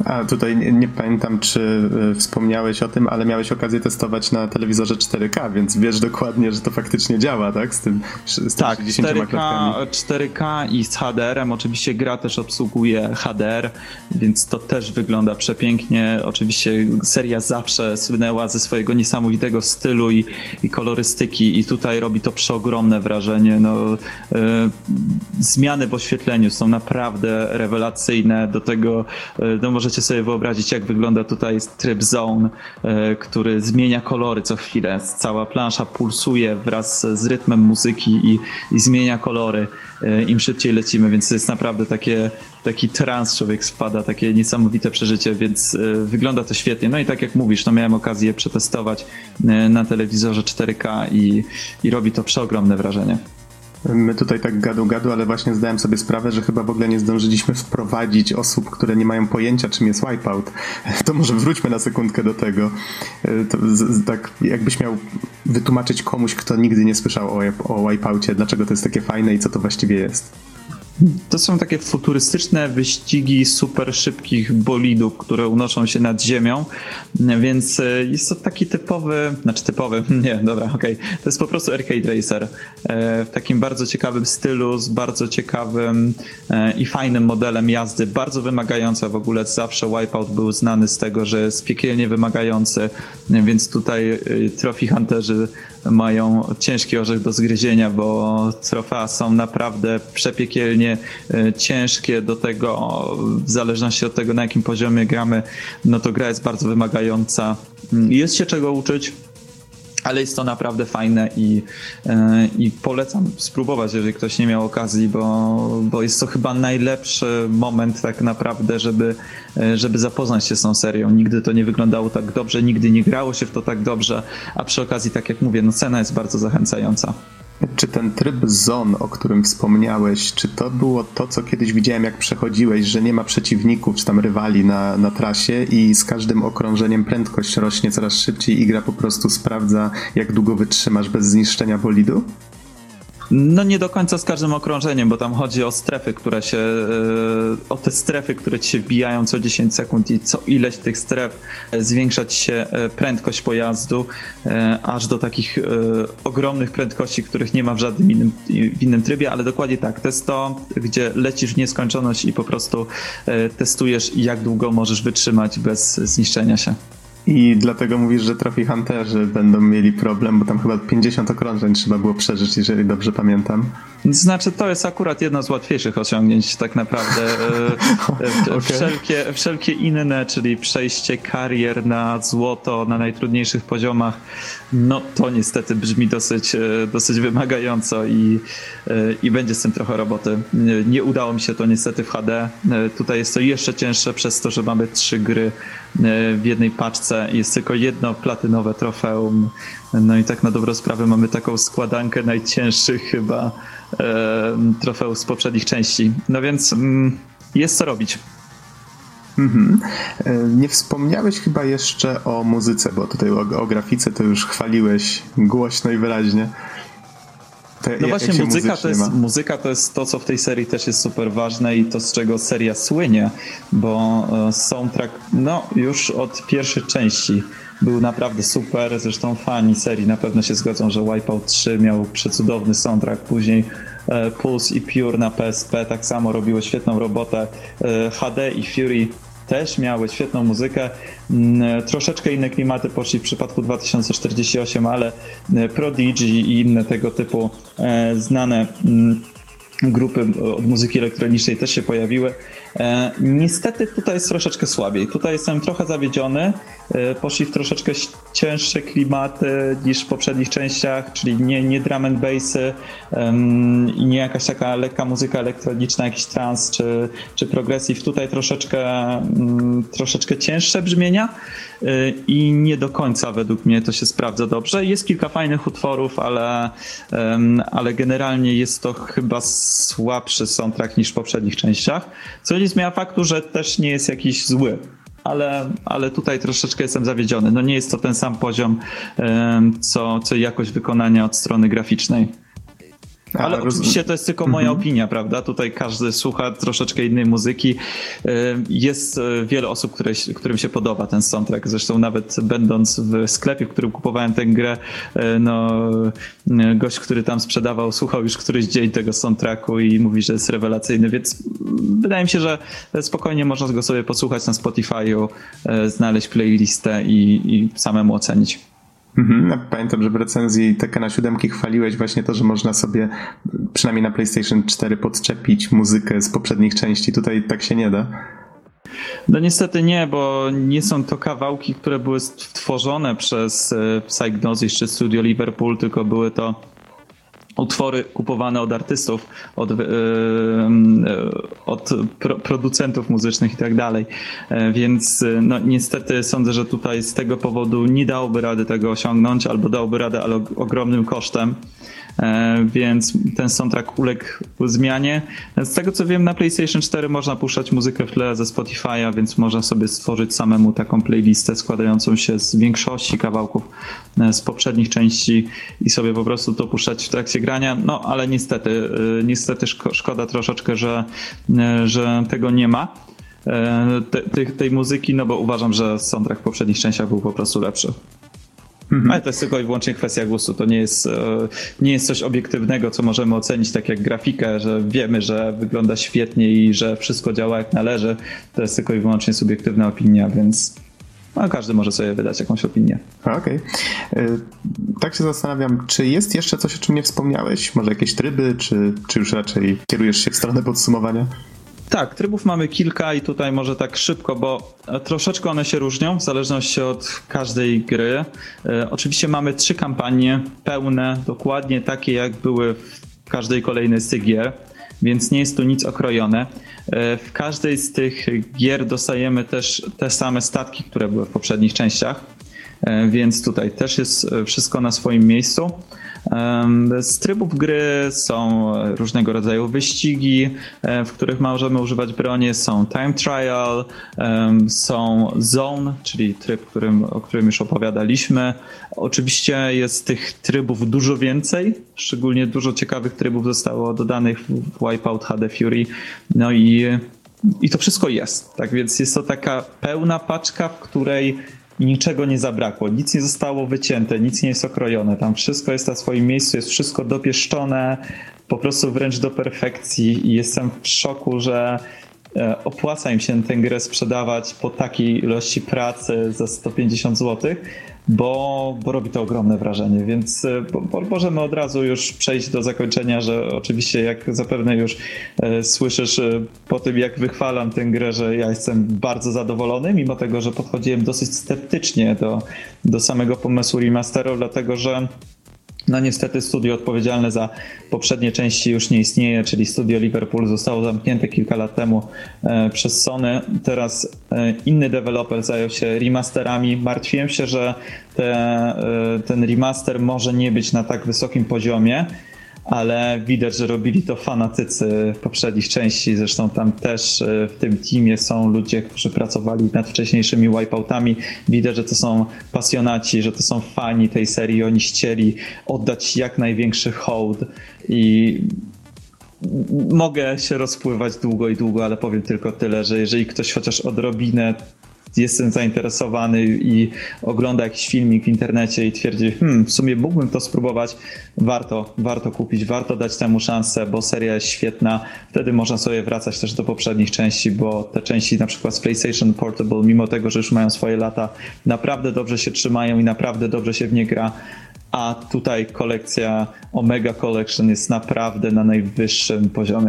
A tutaj nie, nie pamiętam, czy y, wspomniałeś o tym, ale miałeś okazję testować na telewizorze cztery K, więc wiesz dokładnie, że to faktycznie działa, tak? Z tym, z tak, tym cztery K, cztery K i z H D R em. Oczywiście gra też obsługuje H D R, więc to też wygląda przepięknie. Oczywiście seria zawsze słynęła ze swojego niesamowitego stylu i, i kolorystyki i tutaj robi to przeogromne wrażenie. No, y, zmiany w oświetleniu są naprawdę rewelacyjne. Do tego y, no, możecie sobie wyobrazić, jak wygląda tutaj tryb zone, y, który zmienia kolory co chwilę. Cała plansza pulsuje wraz z rytmem muzyki i, i zmienia kolory y, im szybciej lecimy, więc to jest naprawdę takie, taki trans, człowiek spada, takie niesamowite przeżycie, więc y, wygląda to świetnie. No i tak jak mówisz, no miałem okazję przetestować y, na telewizorze cztery K i, i robi to przeogromne wrażenie. My tutaj tak gadu gadu, ale właśnie zdałem sobie sprawę, że chyba w ogóle nie zdążyliśmy wprowadzić osób, które nie mają pojęcia, czym jest Wipeout. To może wróćmy na sekundkę do tego. To z, tak jakbyś miał wytłumaczyć komuś, kto nigdy nie słyszał o, o Wipeoutie, dlaczego to jest takie fajne i co to właściwie jest. To są takie futurystyczne wyścigi super szybkich bolidów, które unoszą się nad ziemią, więc jest to taki typowy, znaczy typowy, nie, dobra, okej, okay. To jest po prostu arcade racer w takim bardzo ciekawym stylu, z bardzo ciekawym i fajnym modelem jazdy, bardzo wymagająca w ogóle, zawsze Wipeout był znany z tego, że jest piekielnie wymagający, więc tutaj Trophy Hunterzy mają ciężki orzech do zgryzienia, bo trofea są naprawdę przepiekielnie ciężkie, do tego w zależności od tego, na jakim poziomie gramy, no to gra jest bardzo wymagająca. Jest się czego uczyć, ale jest to naprawdę fajne i, i polecam spróbować, jeżeli ktoś nie miał okazji, bo, bo jest to chyba najlepszy moment tak naprawdę, żeby, żeby zapoznać się z tą serią. Nigdy to nie wyglądało tak dobrze, nigdy nie grało się w to tak dobrze, a przy okazji, tak jak mówię, no cena jest bardzo zachęcająca. Czy ten tryb zone, o którym wspomniałeś, czy to było to, co kiedyś widziałem, jak przechodziłeś, że nie ma przeciwników, czy tam rywali na, na trasie i z każdym okrążeniem prędkość rośnie coraz szybciej i gra po prostu sprawdza, jak długo wytrzymasz bez zniszczenia bolidu? No nie do końca z każdym okrążeniem, bo tam chodzi o strefy, które się, o te strefy, które ci się wbijają co dziesięć sekund i co ileś tych stref zwiększać się prędkość pojazdu, aż do takich ogromnych prędkości, których nie ma w żadnym innym, w innym trybie, ale dokładnie tak, to jest to, gdzie lecisz w nieskończoność i po prostu testujesz, jak długo możesz wytrzymać bez zniszczenia się. I dlatego mówisz, że Trophy Hunterzy będą mieli problem, bo tam chyba pięćdziesiąt okrążeń trzeba było przeżyć, jeżeli dobrze pamiętam. Znaczy, to jest akurat jedno z łatwiejszych osiągnięć tak naprawdę. Okay. Wszelkie, wszelkie inne, czyli przejście karier na złoto na najtrudniejszych poziomach, no to niestety brzmi dosyć, dosyć wymagająco i, i będzie z tym trochę roboty. Nie udało mi się to niestety w H D. Tutaj jest to jeszcze cięższe przez to, że mamy trzy gry w jednej paczce. Jest tylko jedno platynowe trofeum. No i tak na dobrą sprawę mamy taką składankę najcięższych chyba e, trofeów z poprzednich części. No więc mm, jest co robić. Mhm. Nie wspomniałeś chyba jeszcze o muzyce, bo tutaj o, o grafice to już chwaliłeś głośno i wyraźnie. To, no właśnie muzyka to, jest, muzyka to jest to, co w tej serii też jest super ważne i to, z czego seria słynie, bo soundtrack no już od pierwszej części był naprawdę super, zresztą fani serii na pewno się zgodzą, że Wipeout trzy miał przecudowny soundtrack, później Pulse i Pure na P S P tak samo robiły świetną robotę, H D i Fury też miały świetną muzykę, troszeczkę inne klimaty poszli w przypadku dwa tysiące czterdzieści osiem, ale Prodigy i inne tego typu znane grupy od muzyki elektronicznej też się pojawiły. Niestety tutaj jest troszeczkę słabiej. Tutaj jestem trochę zawiedziony. Poszli w troszeczkę cięższe klimaty niż w poprzednich częściach, czyli nie, nie drum and bassy i nie jakaś taka lekka muzyka elektroniczna, jakiś trance czy, czy progressive. Tutaj troszeczkę, troszeczkę cięższe brzmienia i nie do końca według mnie to się sprawdza dobrze. Jest kilka fajnych utworów, ale, ale generalnie jest to chyba słabszy soundtrack niż w poprzednich częściach, co nie zmienia faktu, że też nie jest jakiś zły. Ale, ale tutaj troszeczkę jestem zawiedziony. No nie jest to ten sam poziom, co, co jakość wykonania od strony graficznej. Ale roz... oczywiście to jest tylko moja mm-hmm. opinia, prawda? Tutaj każdy słucha troszeczkę innej muzyki. Jest wiele osób, które, którym się podoba ten soundtrack. Zresztą nawet będąc w sklepie, w którym kupowałem tę grę, no gość, który tam sprzedawał, słuchał już któryś dzień tego soundtracku i mówi, że jest rewelacyjny, więc wydaje mi się, że spokojnie można go sobie posłuchać na Spotify'u, znaleźć playlistę i, i samemu ocenić. Mhm. Pamiętam, że w recenzji Tekkena siedem chwaliłeś właśnie to, że można sobie przynajmniej na PlayStation cztery podczepić muzykę z poprzednich części. Tutaj tak się nie da. No niestety nie, bo nie są to kawałki, które były stworzone przez Psygnosis czy Studio Liverpool, tylko były to utwory kupowane od artystów, od, yy, od pro, producentów muzycznych i tak dalej. Więc no, niestety sądzę, że tutaj z tego powodu nie dałoby rady tego osiągnąć, albo dałoby radę, ale ogromnym kosztem. Więc ten soundtrack uległ zmianie. Z tego co wiem, na PlayStation cztery można puszczać muzykę w tle ze Spotify'a, więc można sobie stworzyć samemu taką playlistę składającą się z większości kawałków z poprzednich części i sobie po prostu to puszczać w trakcie grania. No ale niestety, niestety szkoda troszeczkę, że, że tego nie ma. Te, tej muzyki, no bo uważam, że soundtrack w poprzednich częściach był po prostu lepszy. Mhm. Ale to jest tylko i wyłącznie kwestia gustu. To nie jest, nie jest coś obiektywnego, co możemy ocenić tak jak grafikę, że wiemy, że wygląda świetnie i że wszystko działa jak należy. To jest tylko i wyłącznie subiektywna opinia, więc no, każdy może sobie wydać jakąś opinię. Okej. Okay. Tak się zastanawiam, czy jest jeszcze coś, o czym nie wspomniałeś? Może jakieś tryby, czy, czy już raczej kierujesz się w stronę podsumowania? Tak, trybów mamy kilka i tutaj może tak szybko, bo troszeczkę one się różnią w zależności od każdej gry. E, oczywiście mamy trzy kampanie pełne, dokładnie takie jak były w każdej kolejnej z tych gier, więc nie jest tu nic okrojone. E, w każdej z tych gier dostajemy też te same statki, które były w poprzednich częściach, e, więc tutaj też jest wszystko na swoim miejscu. Z trybów gry są różnego rodzaju wyścigi, w których możemy używać broni, są time trial, są zone, czyli tryb, którym, o którym już opowiadaliśmy. Oczywiście jest tych trybów dużo więcej, szczególnie dużo ciekawych trybów zostało dodanych w Wipeout H D Fury, no i, i to wszystko jest. Tak więc jest to taka pełna paczka, w której niczego nie zabrakło, nic nie zostało wycięte, nic nie jest okrojone, tam wszystko jest na swoim miejscu, jest wszystko dopieszczone, po prostu wręcz do perfekcji i jestem w szoku, że opłaca im się tę grę sprzedawać po takiej ilości pracy za sto pięćdziesiąt złotych, bo, bo robi to ogromne wrażenie, więc bo, możemy od razu już przejść do zakończenia, że oczywiście jak zapewne już e, słyszysz e, po tym jak wychwalam tę grę, że ja jestem bardzo zadowolony, mimo tego, że podchodziłem dosyć sceptycznie do, do samego pomysłu remasteru, dlatego że no niestety studio odpowiedzialne za poprzednie części już nie istnieje, czyli studio Liverpool zostało zamknięte kilka lat temu e, przez Sony. Teraz e, inny deweloper zajął się remasterami. Martwiłem się, że te, e, ten remaster może nie być na tak wysokim poziomie, ale widać, że robili to fanatycy poprzednich części. Zresztą tam też w tym teamie są ludzie, którzy pracowali nad wcześniejszymi Wipeoutami. Widać, że to są pasjonaci, że to są fani tej serii. Oni chcieli oddać jak największy hołd i mogę się rozpływać długo i długo, ale powiem tylko tyle, że jeżeli ktoś chociaż odrobinę jestem zainteresowany i ogląda jakiś filmik w internecie i twierdzi, hmm, w sumie mógłbym to spróbować, warto, warto kupić, warto dać temu szansę, bo seria jest świetna. Wtedy można sobie wracać też do poprzednich części, bo te części na przykład z PlayStation Portable, mimo tego, że już mają swoje lata, naprawdę dobrze się trzymają i naprawdę dobrze się w nie gra. A tutaj kolekcja Omega Collection jest naprawdę na najwyższym poziomie.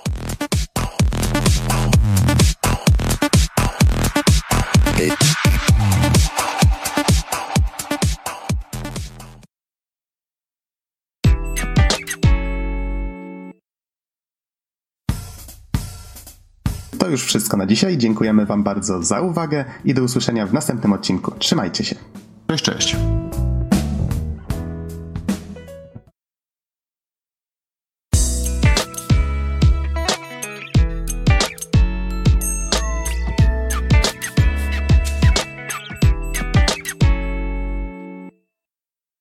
To już wszystko na dzisiaj. Dziękujemy Wam bardzo za uwagę i do usłyszenia w następnym odcinku. Trzymajcie się. Cześć, cześć.